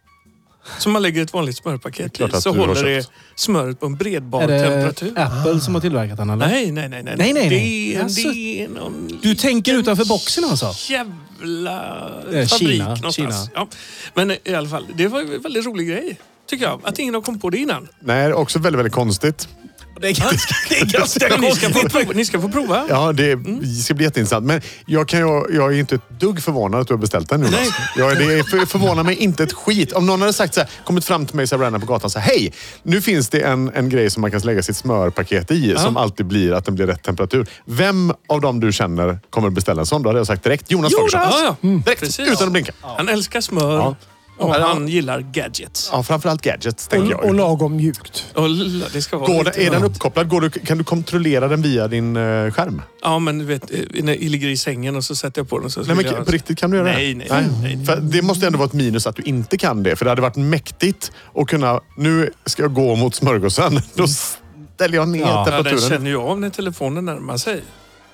Speaker 2: Som man lägger ett vanligt smörpaket i. Så håller det smöret på en bredbar
Speaker 3: är det
Speaker 2: temperatur.
Speaker 3: Apple som har tillverkat den eller?
Speaker 2: Nej, nej, nej. nej.
Speaker 3: nej, nej, nej.
Speaker 2: Det är,
Speaker 3: alltså,
Speaker 2: det är någon
Speaker 3: du tänker utanför boxen alltså?
Speaker 2: Jävla
Speaker 3: eh,
Speaker 2: fabrik
Speaker 3: Kina,
Speaker 2: någonstans.
Speaker 3: Kina.
Speaker 2: Ja. Men i alla fall, det var en väldigt rolig grej. Tycker jag. Att ingen har kommit på det innan.
Speaker 1: Nej, också väldigt, väldigt konstigt.
Speaker 3: Det är ganska, det är ganska
Speaker 2: ni, ska få prova, ni ska få prova.
Speaker 1: Ja, det mm. ska bli jätteintressant. Men jag, kan ju, jag är inte ett dugg förvånad att du har beställt den nu. Nej. Jag, det för, förvånar mig inte ett skit. Om någon hade sagt så här, kommit fram till mig så här på gatan och sagt, hej, nu finns det en, en grej som man kan lägga sitt smörpaket i. Ja. Som alltid blir att den blir rätt temperatur. Vem av dem du känner kommer beställa en sån? Då hade jag sagt direkt, Jonas Ferguson.
Speaker 2: Ja, ja.
Speaker 1: Mm. Direkt,
Speaker 2: precis.
Speaker 1: utan att blinka.
Speaker 2: Ja. Han älskar smör. Ja. Och han gillar gadgets.
Speaker 1: Ja, framförallt gadgets, tänker
Speaker 4: och,
Speaker 1: jag.
Speaker 4: Och lagom mjukt.
Speaker 2: Och det ska vara
Speaker 1: Går det, är den uppkopplad? Går du, kan du kontrollera den via din uh, skärm?
Speaker 2: Ja, men du vet, när jag ligger i sängen och så sätter jag på den. Så
Speaker 1: nej, men
Speaker 2: jag...
Speaker 1: på riktigt kan du göra
Speaker 2: nej,
Speaker 1: det?
Speaker 2: Nej, nej. nej.
Speaker 1: För det måste ändå vara ett minus att du inte kan det. För det hade varit mäktigt att kunna, nu ska jag gå mot smörgåsen. Då ställer jag ner ja. temperaturen.
Speaker 2: Ja, den känner ju av när telefonen närmar sig.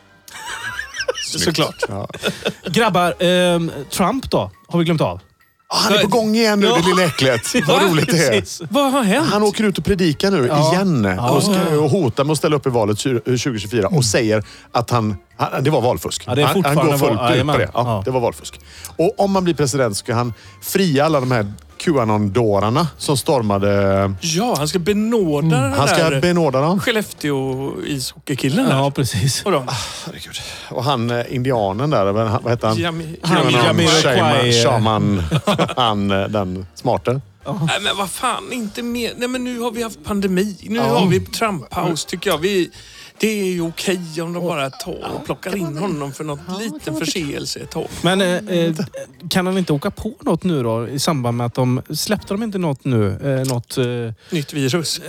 Speaker 2: Såklart. Ja.
Speaker 3: Grabbar, eh, Trump då? Har vi glömt av?
Speaker 1: Ah, han är på gång igen nu, ja. Det lilla äcklet. Vad roligt det är.
Speaker 2: Vad har hänt?
Speaker 1: Han åker ut och predikar nu ja. igen. Ja. Och, ska, och hotar med att ställa upp i valet tjugo tjugofyra. Mm. Och säger att han... han det var valfusk.
Speaker 3: Ja, det är
Speaker 1: han, han går fullt
Speaker 3: var,
Speaker 1: ut på det. Ja, ja. Det var valfusk. Och om man blir president ska han fria alla de här Qanon-dårarna som stormade...
Speaker 2: Ja, han ska benåda mm. den
Speaker 1: Han ska
Speaker 2: där
Speaker 1: benåda dem.
Speaker 2: Skellefteå-ishockeykillen.
Speaker 3: Ja, precis.
Speaker 2: Och,
Speaker 1: ah, och han, eh, indianen där, vad heter han?
Speaker 2: Jami,
Speaker 3: Jamiroquai.
Speaker 1: Shaman. Han, den smarte.
Speaker 2: Oh. Nej, men vad fan, inte mer. Nej, men nu har vi haft pandemi. Nu oh. har vi Trump-paus, tycker jag. Vi... Det är ju okej om de bara tar och plockar in honom för något ja, liten förseelse ett tag.
Speaker 3: Men eh, kan han inte åka på något nu då i samband med att de släppte de inte något nu? Eh, något... Eh...
Speaker 2: Nytt virus.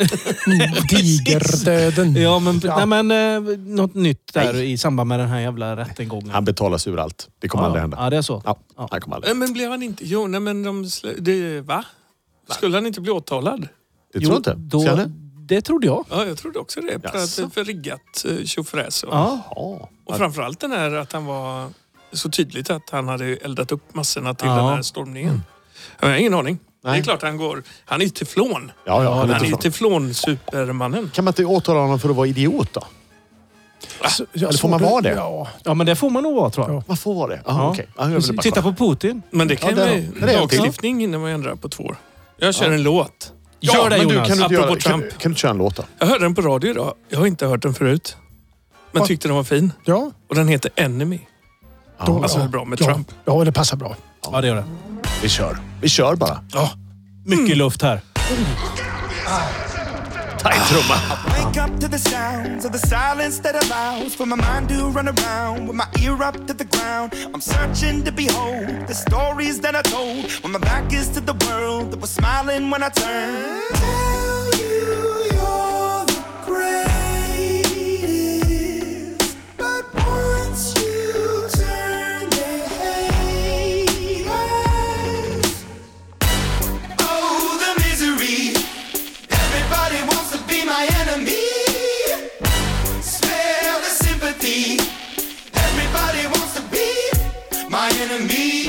Speaker 4: Digerdöden.
Speaker 3: Ja, men, ja. Nej, men eh, något nytt där nej. I samband med den här jävla rättegången.
Speaker 1: Han betalas ur allt. Det kommer
Speaker 3: ja.
Speaker 1: aldrig hända.
Speaker 3: Ja, det är så.
Speaker 1: Ja, ja. Han kommer aldrig.
Speaker 2: Men blev han inte... Jo, nej, men de... Det, va? Skulle han inte bli åtalad?
Speaker 1: Det tror jag inte.
Speaker 3: Då... Det trodde jag.
Speaker 2: Ja, jag trodde också det. För, för riggat tjofräs. Och,
Speaker 3: ja.
Speaker 2: och framförallt den här att han var så tydligt att han hade eldat upp massorna till
Speaker 3: ja.
Speaker 2: den här stormningen. Mm. Jag har ingen aning. Nej. Det är klart han går... Han är ju teflon.
Speaker 1: Ja, ja,
Speaker 2: han är ju teflon-supermannen.
Speaker 1: Kan man inte åtala honom för att vara idiot då?
Speaker 4: Alltså,
Speaker 1: Eller får man vara det?
Speaker 3: Ja. ja, men det får man nog vara, tror jag.
Speaker 1: Ja. Man får vara det?
Speaker 3: Aha,
Speaker 1: ja. Okay.
Speaker 3: Titta på Putin.
Speaker 2: Men det kan
Speaker 1: ja,
Speaker 2: ju ja, lagstiftning innan man ändrar på två år. Jag kör ja. en låt.
Speaker 3: Ja, Gör det,
Speaker 1: men
Speaker 3: Jonas.
Speaker 1: Du, kan, du
Speaker 2: göra,
Speaker 1: kan, kan, kan du köra en låt då?
Speaker 2: Jag hörde den på radio idag. Jag har inte hört den förut. Men
Speaker 4: Va?
Speaker 2: tyckte den var fin.
Speaker 4: Ja.
Speaker 2: Och den heter Enemy.
Speaker 4: Ja.
Speaker 2: Då, alltså det är bra med
Speaker 4: ja.
Speaker 2: Trump.
Speaker 4: Ja, det passar bra.
Speaker 3: Ja, ja det gör det.
Speaker 1: Vi kör. Vi kör bara.
Speaker 3: Ja. Mycket mm. luft här.
Speaker 1: Tight trumma.
Speaker 5: Wake up to the sounds of the silence that allows for my mind to run around with my ear up to the ground. I'm searching to behold the stories that I told when my back is to the world that was smiling when I turned. Tell you you're the greatest, but once you turn they hate us. Oh, the misery. Everybody wants to be my enemy. Spare the sympathy. Everybody wants to be my enemy.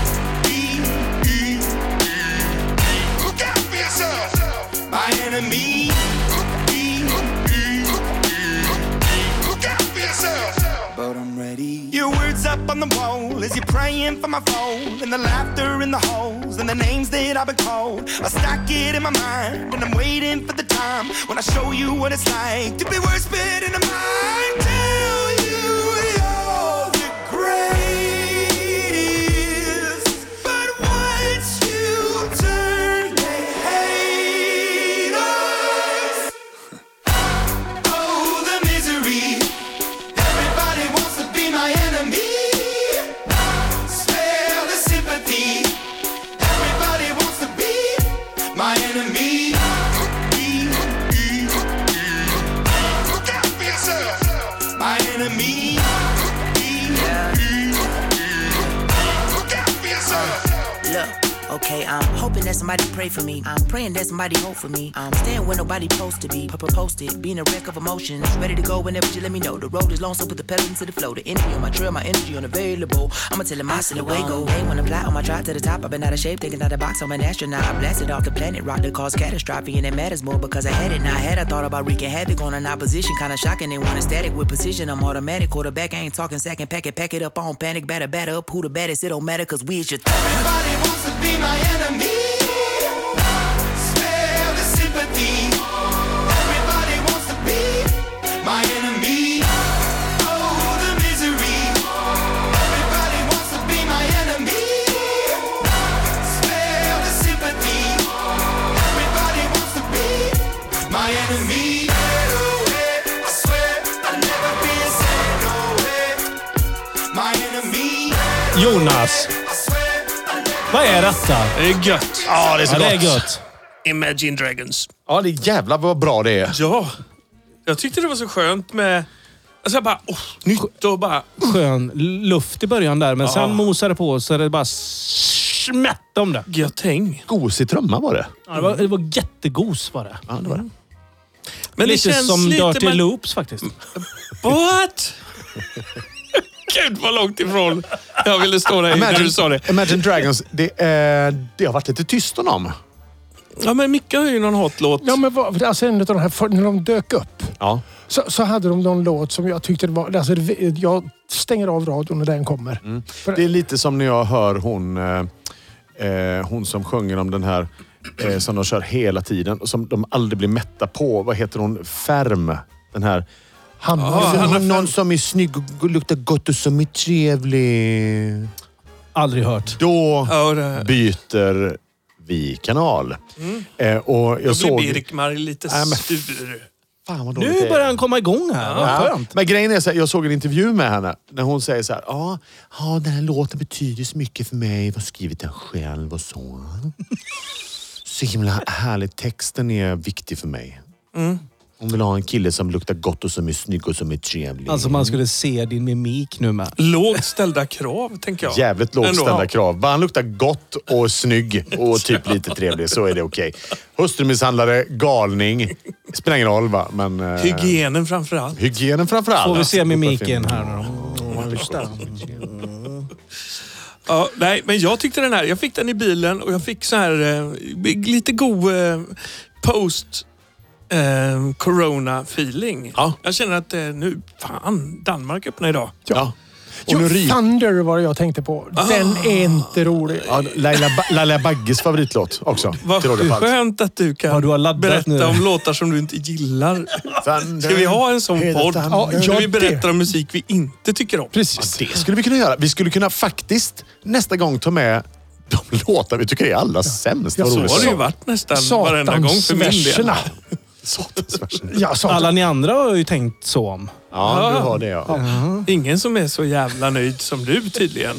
Speaker 5: Look out for yourself. My enemy. Look out for yourself. But I'm ready. Your words up on the wall as you're praying for my phone, and the laughter in the halls and the names that I've been called. I stack it in my mind and I'm waiting for the time when I show you what it's like to be worse fit in the mind. Tell you you're the greatest, but once you turn they hate us. Oh, the misery. Everybody wants to be my enemy. Spare the sympathy. Everybody wants to be my enemy. Look out for yourself. My enemy. Look out for yourself.
Speaker 6: Look, okay, I'm hoping that somebody pray for me. I'm praying that somebody hope for me. I'm staying where nobody supposed to be. Papa posted, being a wreck of emotions. Ready to go whenever you let me know. The road is long, so put the pedal into the flow. The energy on my trail, my energy unavailable. I'ma tell him I still away go. They wanna fly on my drive to the top. I've been out of shape, thinking out the box. I'm an astronaut. I blasted off the planet, rock that caused catastrophe, and it matters more because I had it. Now I had I thought about wreaking havoc on an opposition, kinda shocking. They want a static with precision. I'm automatic, quarterback. I ain't talking second pack it, pack it up on panic, batter, batter up. Who the baddest? It don't matter, cause we is your th-
Speaker 5: Everybody wants to be my enemy. Spare the sympathy. Everybody wants to be my enemy. Oh, the misery. Everybody wants to be my enemy. Spare the sympathy. Everybody wants to be my enemy. I swear I'll never be a sad no way. My enemy.
Speaker 3: Jonas,
Speaker 5: I swear I'll never.
Speaker 3: vad är detta?
Speaker 2: Det är gött.
Speaker 1: Ja, det är så
Speaker 3: Ja, det är
Speaker 1: gott.
Speaker 3: gött.
Speaker 2: Imagine Dragons.
Speaker 1: Ja, det är jävla vad bra det är.
Speaker 2: Ja. Jag tyckte det var så skönt med... Alltså jag bara... Oh, nytt och bara...
Speaker 3: Skön luft i början där, men
Speaker 2: Ja.
Speaker 3: sen mosade det på så är det bara smätt om det.
Speaker 2: Götäng.
Speaker 1: Gosig trumma var det.
Speaker 3: Ja, det, var, det var jättegos var det.
Speaker 1: Ja, det var det.
Speaker 2: Men
Speaker 3: Lite
Speaker 2: det känns
Speaker 3: som
Speaker 2: lite...
Speaker 3: Dirty
Speaker 2: man-
Speaker 3: Loops faktiskt.
Speaker 2: What? Gud vad långt ifrån jag ville stå där när du sa det.
Speaker 1: Imagine Dragons, det, eh, det har varit lite tyst om dem.
Speaker 2: Ja, men Micke har ju någon hotlåt.
Speaker 4: Ja, men vad, alltså en av de här, för, när de dök upp
Speaker 1: Ja.
Speaker 4: så, så hade de någon låt som jag tyckte det var... Alltså, det- jag stänger av radion när den kommer.
Speaker 1: Mm.
Speaker 4: För,
Speaker 1: Det är lite som när jag hör hon, eh, eh, hon som sjunger om den här eh, som de kör hela tiden och som de aldrig blir mätta på. Vad heter hon? Färm. Den här.
Speaker 4: han,
Speaker 2: Ja,
Speaker 1: För
Speaker 2: han har
Speaker 1: hon, någon som är snygg och luktar gott och som är trevlig.
Speaker 3: Aldrig hört.
Speaker 1: Då
Speaker 2: Ja, det...
Speaker 1: byter vi kanal. Eh, och jag
Speaker 2: Då blir
Speaker 1: såg...
Speaker 2: Birkmar lite
Speaker 1: Nej, men-
Speaker 2: sur.
Speaker 1: Fan vad dåligt det
Speaker 3: Nu
Speaker 1: är.
Speaker 3: börjar han komma igång här. Vad
Speaker 1: Ja.
Speaker 3: skönt.
Speaker 1: Men grejen är så här, jag såg en intervju med henne när hon säger så här: ja, ja, den här låten betyder så mycket för mig. Jag har skrivit den själv och så. Så himla härlig. Texten är viktig för mig.
Speaker 2: Mm.
Speaker 1: Hon vill ha en kille som luktar gott och som är snygg och som är trevlig.
Speaker 3: Alltså man skulle se din mimik nu med.
Speaker 2: Lågt ställda krav, tänker jag.
Speaker 1: Jävligt lågt
Speaker 2: Ändå.
Speaker 1: ställda krav. Bara han luktar gott och snygg och typ lite trevlig så är det okej. Hustrumisshandlare, galning. Spelar ingen roll va. Men, eh,
Speaker 2: Hygienen framför allt.
Speaker 1: hygienen framförallt.
Speaker 3: Får vi se mimiken här nu då. Just det.
Speaker 2: Ja, nej, men jag tyckte den här, jag fick den i bilen och jag fick så här eh, lite god eh, post eh, corona feeling.
Speaker 1: Ja.
Speaker 2: Jag känner att eh, nu, fan, Danmark öppnar idag.
Speaker 1: Ja. Och
Speaker 4: Jo,
Speaker 1: nu ry-
Speaker 4: Thunder var det jag tänkte på. Den är inte rolig.
Speaker 1: Ja, Laila, ba- Laila Bagges favoritlåt också.
Speaker 2: Vad
Speaker 1: till råga på allt.
Speaker 2: skönt att du kan
Speaker 3: Ja, du har laddat
Speaker 2: berätta
Speaker 3: nu.
Speaker 2: om låtar som du inte gillar.
Speaker 1: Thunder.
Speaker 2: Ska vi ha en sån
Speaker 1: Hela
Speaker 2: podd
Speaker 1: Thunder.
Speaker 4: Ja,
Speaker 2: där
Speaker 4: ja,
Speaker 2: vi berättar
Speaker 4: det.
Speaker 2: om musik vi inte tycker om?
Speaker 4: Precis.
Speaker 1: Ja, det skulle vi kunna göra. Vi skulle kunna faktiskt nästa gång ta med de låtar vi tycker är allra sämst.
Speaker 4: Ja,
Speaker 1: Vad
Speaker 2: Så
Speaker 1: roligt.
Speaker 2: har det ju varit nästan varenda gång för min del.
Speaker 4: Satansverserna.
Speaker 1: Satans verser.
Speaker 4: Ja, satan.
Speaker 3: Alla ni andra har ju tänkt så om.
Speaker 1: Ja, du har det ja.
Speaker 3: Ja.
Speaker 2: Ingen som är så jävla nöjd som du tydligen.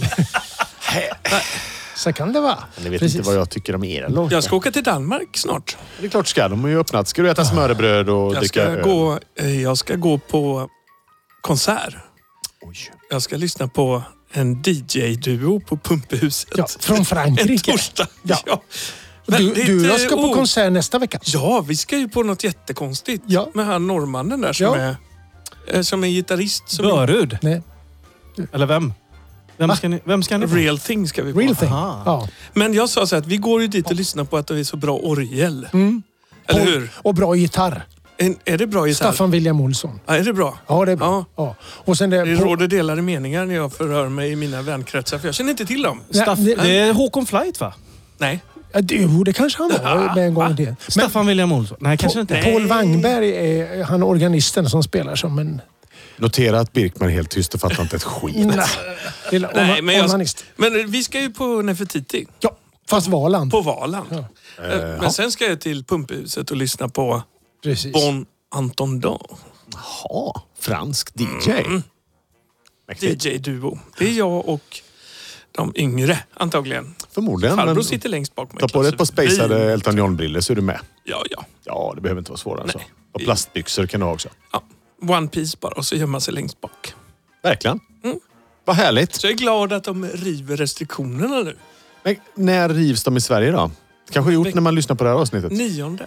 Speaker 4: Så kan det vara.
Speaker 1: Ni vet
Speaker 4: Precis.
Speaker 1: inte vad jag tycker om era låtar.
Speaker 2: Jag ska åka till Danmark snart.
Speaker 1: Det är klart ska. De har ju öppnat. Ska du äta smörrebröd och
Speaker 2: Jag
Speaker 1: dricka
Speaker 2: ska,
Speaker 1: öl?
Speaker 2: gå, eh, jag ska gå på konsert.
Speaker 1: Oj.
Speaker 2: Jag ska lyssna på en D J-duo på Pumphuset.
Speaker 4: Ja, från
Speaker 2: En
Speaker 4: Frankrike.
Speaker 2: torsdag.
Speaker 4: Ja.
Speaker 2: Ja.
Speaker 4: Du,
Speaker 2: Väldigt,
Speaker 4: du och jag ska
Speaker 2: eh,
Speaker 4: på
Speaker 2: o-
Speaker 4: konsert nästa vecka.
Speaker 2: Ja, vi ska ju på något jättekonstigt.
Speaker 4: Ja.
Speaker 2: Med han norrmannen där som
Speaker 4: Ja.
Speaker 2: är eh, som är gitarrist. Som
Speaker 3: Börud?
Speaker 4: Nej.
Speaker 3: Eller vem? Vem ska ni, vem ska ni på?
Speaker 2: Real Thing ska vi på.
Speaker 4: Real thing.
Speaker 3: Aha.
Speaker 4: Ja.
Speaker 2: Men jag sa så här att vi går ju dit och lyssnar på att det är så bra orgel.
Speaker 4: Mm.
Speaker 2: Eller
Speaker 4: Och-
Speaker 2: hur?
Speaker 4: Och bra gitarr.
Speaker 2: En, är det bra gitarr?
Speaker 4: Staffan William Olsson.
Speaker 2: Ja, är det bra?
Speaker 4: Ja, det är bra.
Speaker 2: Ja.
Speaker 4: Ja. Och sen det,
Speaker 2: Det
Speaker 4: på,
Speaker 2: råder delade meningar när jag förhör mig i mina vänkretsar för jag känner inte till dem.
Speaker 3: Staff,
Speaker 4: Nej,
Speaker 3: det är Håkon Flight va?
Speaker 2: Nej.
Speaker 4: ja, det, jo, det kanske han var med en gång i det. Men
Speaker 3: Staffan William Olsson? Nej, kanske inte.
Speaker 4: Paul Wangberg är han organisten som spelar som en...
Speaker 1: Notera att Birkman är helt tyst och fattar inte ett skit.
Speaker 4: Nej, eller
Speaker 2: Nej, men, jag,
Speaker 4: onanist.
Speaker 2: men vi ska ju på Nefertiti.
Speaker 4: Ja, fast Valand.
Speaker 2: På Valand.
Speaker 4: Ja.
Speaker 2: Eh, Men sen ska jag till Pumphuset och lyssna på
Speaker 4: Precis.
Speaker 2: Bon Antondon.
Speaker 1: Jaha, fransk D J.
Speaker 2: Mm. D J-duo. Det är jag och de yngre antagligen.
Speaker 1: Förmodligen.
Speaker 2: Farbror
Speaker 1: Men
Speaker 2: sitter längst bak med
Speaker 1: ta på dig ett par
Speaker 2: Klasse
Speaker 1: spejsade
Speaker 2: Vin.
Speaker 1: Elton John-brillor så är du med.
Speaker 2: Ja, ja.
Speaker 1: Ja, det behöver inte vara svårare än så.
Speaker 2: Nej.
Speaker 1: Och plastbyxor kan du ha också.
Speaker 2: ja. One Piece bara och så gör man sig längst bak.
Speaker 1: Verkligen.
Speaker 2: Mm.
Speaker 1: Vad härligt.
Speaker 2: Så jag är glad att de river restriktionerna nu.
Speaker 1: Men när rivs de i Sverige då? Kanske gjort när man lyssnar på det här avsnittet.
Speaker 2: Nionde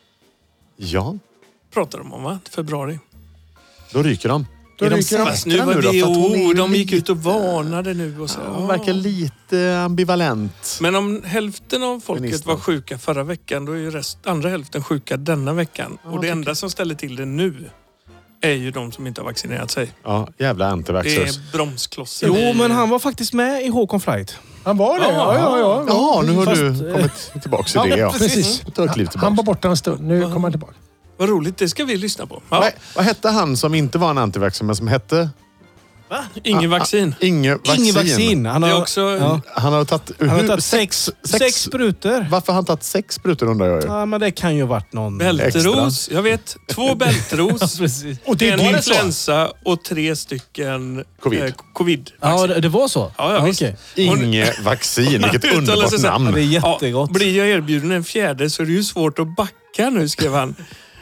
Speaker 1: Ja,
Speaker 2: pratar de om va? Februari.
Speaker 1: då ryker de.
Speaker 4: Då
Speaker 1: Är de
Speaker 4: ryker de.
Speaker 1: säkra
Speaker 2: Fast nu var
Speaker 1: då?
Speaker 2: V
Speaker 1: För att hon är
Speaker 2: O, de gick
Speaker 1: lite-
Speaker 2: ut och varnade nu och så.
Speaker 1: Ja, hon
Speaker 2: ja.
Speaker 1: verkar lite ambivalent.
Speaker 2: Men om hälften av folket
Speaker 1: Ministern.
Speaker 2: var sjuka förra veckan, då är ju rest, andra hälften sjuka denna veckan.
Speaker 1: Ja,
Speaker 2: och det
Speaker 1: tycker
Speaker 2: enda som ställer till det nu är ju de som inte har vaccinerat sig.
Speaker 1: Ja, jävla
Speaker 2: Det
Speaker 1: antivaxxers.
Speaker 2: är bromsklossen.
Speaker 3: Jo,
Speaker 2: i-
Speaker 3: men han var faktiskt med i Håkon Flight.
Speaker 4: Han var det? Ja, ja, ja.
Speaker 1: Ja, nu har
Speaker 3: Fast,
Speaker 1: du
Speaker 3: eh,
Speaker 1: kommit tillbaka till det. Ja.
Speaker 4: Precis.
Speaker 1: Ta ett kliv
Speaker 4: Han
Speaker 1: tillbaka.
Speaker 4: var borta en stund. Nu kommer han tillbaka.
Speaker 2: Vad roligt, det ska vi lyssna på. Ja,
Speaker 1: Vad, vad hette han som inte var en antivaxxer men som hette
Speaker 2: ingen vaccin.
Speaker 1: Inge Vaccin?
Speaker 3: Ingen vaccin. Han
Speaker 2: Det
Speaker 3: har,
Speaker 2: är också...
Speaker 3: ja.
Speaker 1: Han har tagit,
Speaker 3: han har
Speaker 1: hur-
Speaker 3: tagit sex, sex, sprutor.
Speaker 1: Varför har han tagit sex sprutor undrar jag ju.
Speaker 3: Ja, men det kan ju ha varit någon...
Speaker 2: Bältros, jag vet. Två bältros,
Speaker 3: Precis.
Speaker 4: Och det
Speaker 2: en
Speaker 4: var det så.
Speaker 2: influensa och tre stycken
Speaker 1: Covid.
Speaker 2: Eh, covid
Speaker 3: Ja, det, det var så?
Speaker 2: Ja, ja, visst.
Speaker 3: Okej.
Speaker 1: Inge Vaccin, vilket
Speaker 2: Uttalar
Speaker 1: underbart
Speaker 2: sig så-
Speaker 3: Ja, det
Speaker 1: namn.
Speaker 3: är jättegott.
Speaker 2: Ja, blir jag erbjuden en fjärde så är det ju svårt att backa nu, skrev han.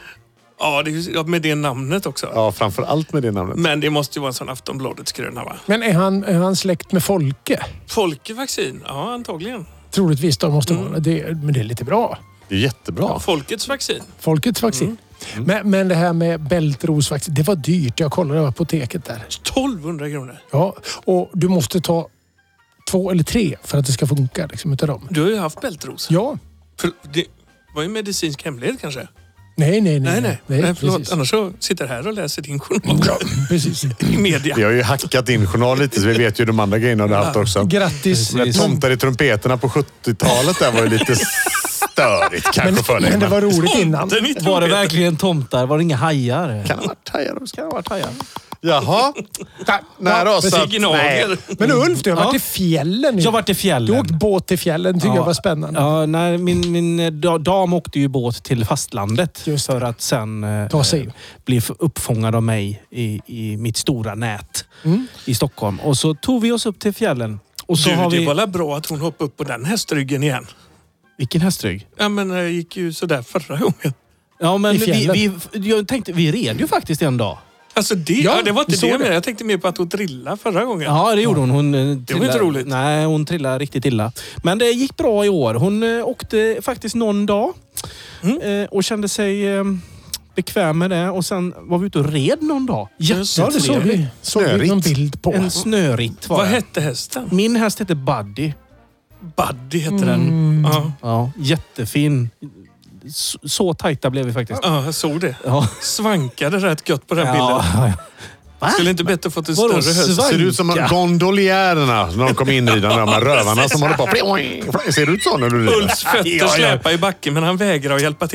Speaker 2: Ja, det är ju, ja, med det namnet också.
Speaker 1: Ja, framför allt med det namnet.
Speaker 2: Men det måste ju vara en sån Aftonbladets gröna va?
Speaker 4: Men är han, är han släkt med Folke?
Speaker 2: Folkevaccin? Ja, antagligen.
Speaker 4: Troligtvis då måste vara det. Men det är lite bra.
Speaker 1: Det är jättebra.
Speaker 2: Ja, folkets vaccin.
Speaker 4: Folkets vaccin. Men, men det här med bältrosvaccin, det var dyrt. Jag kollade på apoteket där.
Speaker 2: tolvhundra kronor.
Speaker 4: Ja, och du måste ta två eller tre för att det ska funka liksom, utav dem.
Speaker 2: Du har ju haft bältros.
Speaker 4: Ja.
Speaker 2: För det var ju medicinsk hemlighet kanske?
Speaker 4: Nej, nej, nej.
Speaker 2: Nej, nej. nej, förlåt.
Speaker 4: precis.
Speaker 2: Annars så sitter jag här och läser din journal
Speaker 4: Ja, precis.
Speaker 2: i media.
Speaker 1: Vi har ju hackat in journal lite så vi vet ju de andra grejerna du har haft också.
Speaker 4: Grattis.
Speaker 1: De där tomtar i trumpeterna på sjuttiotalet där var ju lite störigt kanske
Speaker 4: Men,
Speaker 1: för dig.
Speaker 4: men det var roligt innan.
Speaker 2: Den är
Speaker 3: Var det
Speaker 2: troligt.
Speaker 3: verkligen tomtar? Var det inga hajar?
Speaker 1: Kan ha varit hajar också.
Speaker 3: Kan det ha varit hajar?
Speaker 1: Jaha. Nej då, så att, nej.
Speaker 2: Gnager.
Speaker 4: Men Ulf, du har
Speaker 3: Ja.
Speaker 4: varit i fjällen nu.
Speaker 3: Jag har varit i
Speaker 4: Du
Speaker 3: fjällen.
Speaker 4: åkt båt till fjällen. tycker
Speaker 3: Ja.
Speaker 4: jag var spännande.
Speaker 3: Ja, nej, min, min eh, da- dam åkte ju båt till fastlandet
Speaker 4: Just det.
Speaker 3: för att sen eh,
Speaker 4: Ta sig in.
Speaker 3: bli f- uppfångad av mig i, i mitt stora nät
Speaker 4: Mm.
Speaker 3: i Stockholm. Och så tog vi oss upp till fjällen. Och så
Speaker 2: Du,
Speaker 3: har
Speaker 2: det
Speaker 3: vi...
Speaker 2: var väl bra att hon hoppade upp på den hästryggen igen.
Speaker 3: Vilken hästrygg?
Speaker 2: Ja, men det gick ju sådär förra gången.
Speaker 3: Ja, men
Speaker 4: I
Speaker 3: vi,
Speaker 4: fjällen.
Speaker 3: vi, jag tänkte, vi red ju faktiskt en dag.
Speaker 2: Alltså det,
Speaker 4: Ja,
Speaker 2: ja, det var
Speaker 4: vi
Speaker 2: inte
Speaker 4: såg
Speaker 2: det
Speaker 4: det.
Speaker 2: med. Jag tänkte mer på att hon trillade förra gången.
Speaker 3: Ja, det gjorde hon. hon eh,
Speaker 2: Det var inte
Speaker 3: trillade-
Speaker 2: roligt.
Speaker 3: Nej, hon trillade riktigt illa. Men det gick bra i år. Hon eh, åkte faktiskt någon dag
Speaker 2: Mm.
Speaker 3: eh, och kände sig eh, bekväm med det. Och sen var vi ute och red någon dag.
Speaker 2: Just
Speaker 4: Ja, det såg vi. Såg vi
Speaker 1: Snöritt.
Speaker 4: någon bild på.
Speaker 3: En snöritt var
Speaker 2: Vad
Speaker 3: det.
Speaker 2: hette hästen?
Speaker 3: Min häst heter Buddy.
Speaker 2: Buddy hette
Speaker 4: Mm.
Speaker 2: den. Ja.
Speaker 3: Ja, jättefin. Så, så tajta blev vi faktiskt.
Speaker 2: ja, jag såg det.
Speaker 3: Ja.
Speaker 2: Svankade rätt gött på den bilden.
Speaker 3: Ja. Va?
Speaker 2: Skulle inte bättre fått en
Speaker 3: Vadå,
Speaker 2: större höst.
Speaker 3: svank?
Speaker 1: Ser det ut som
Speaker 3: Ja.
Speaker 1: gondoljärerna när de kom in i den, de här rövarna som håller på. Ser det ut så när du rider?
Speaker 2: Ulfs fötter
Speaker 1: Ja, ja.
Speaker 2: släpar i backen men han vägrar att hjälpa till.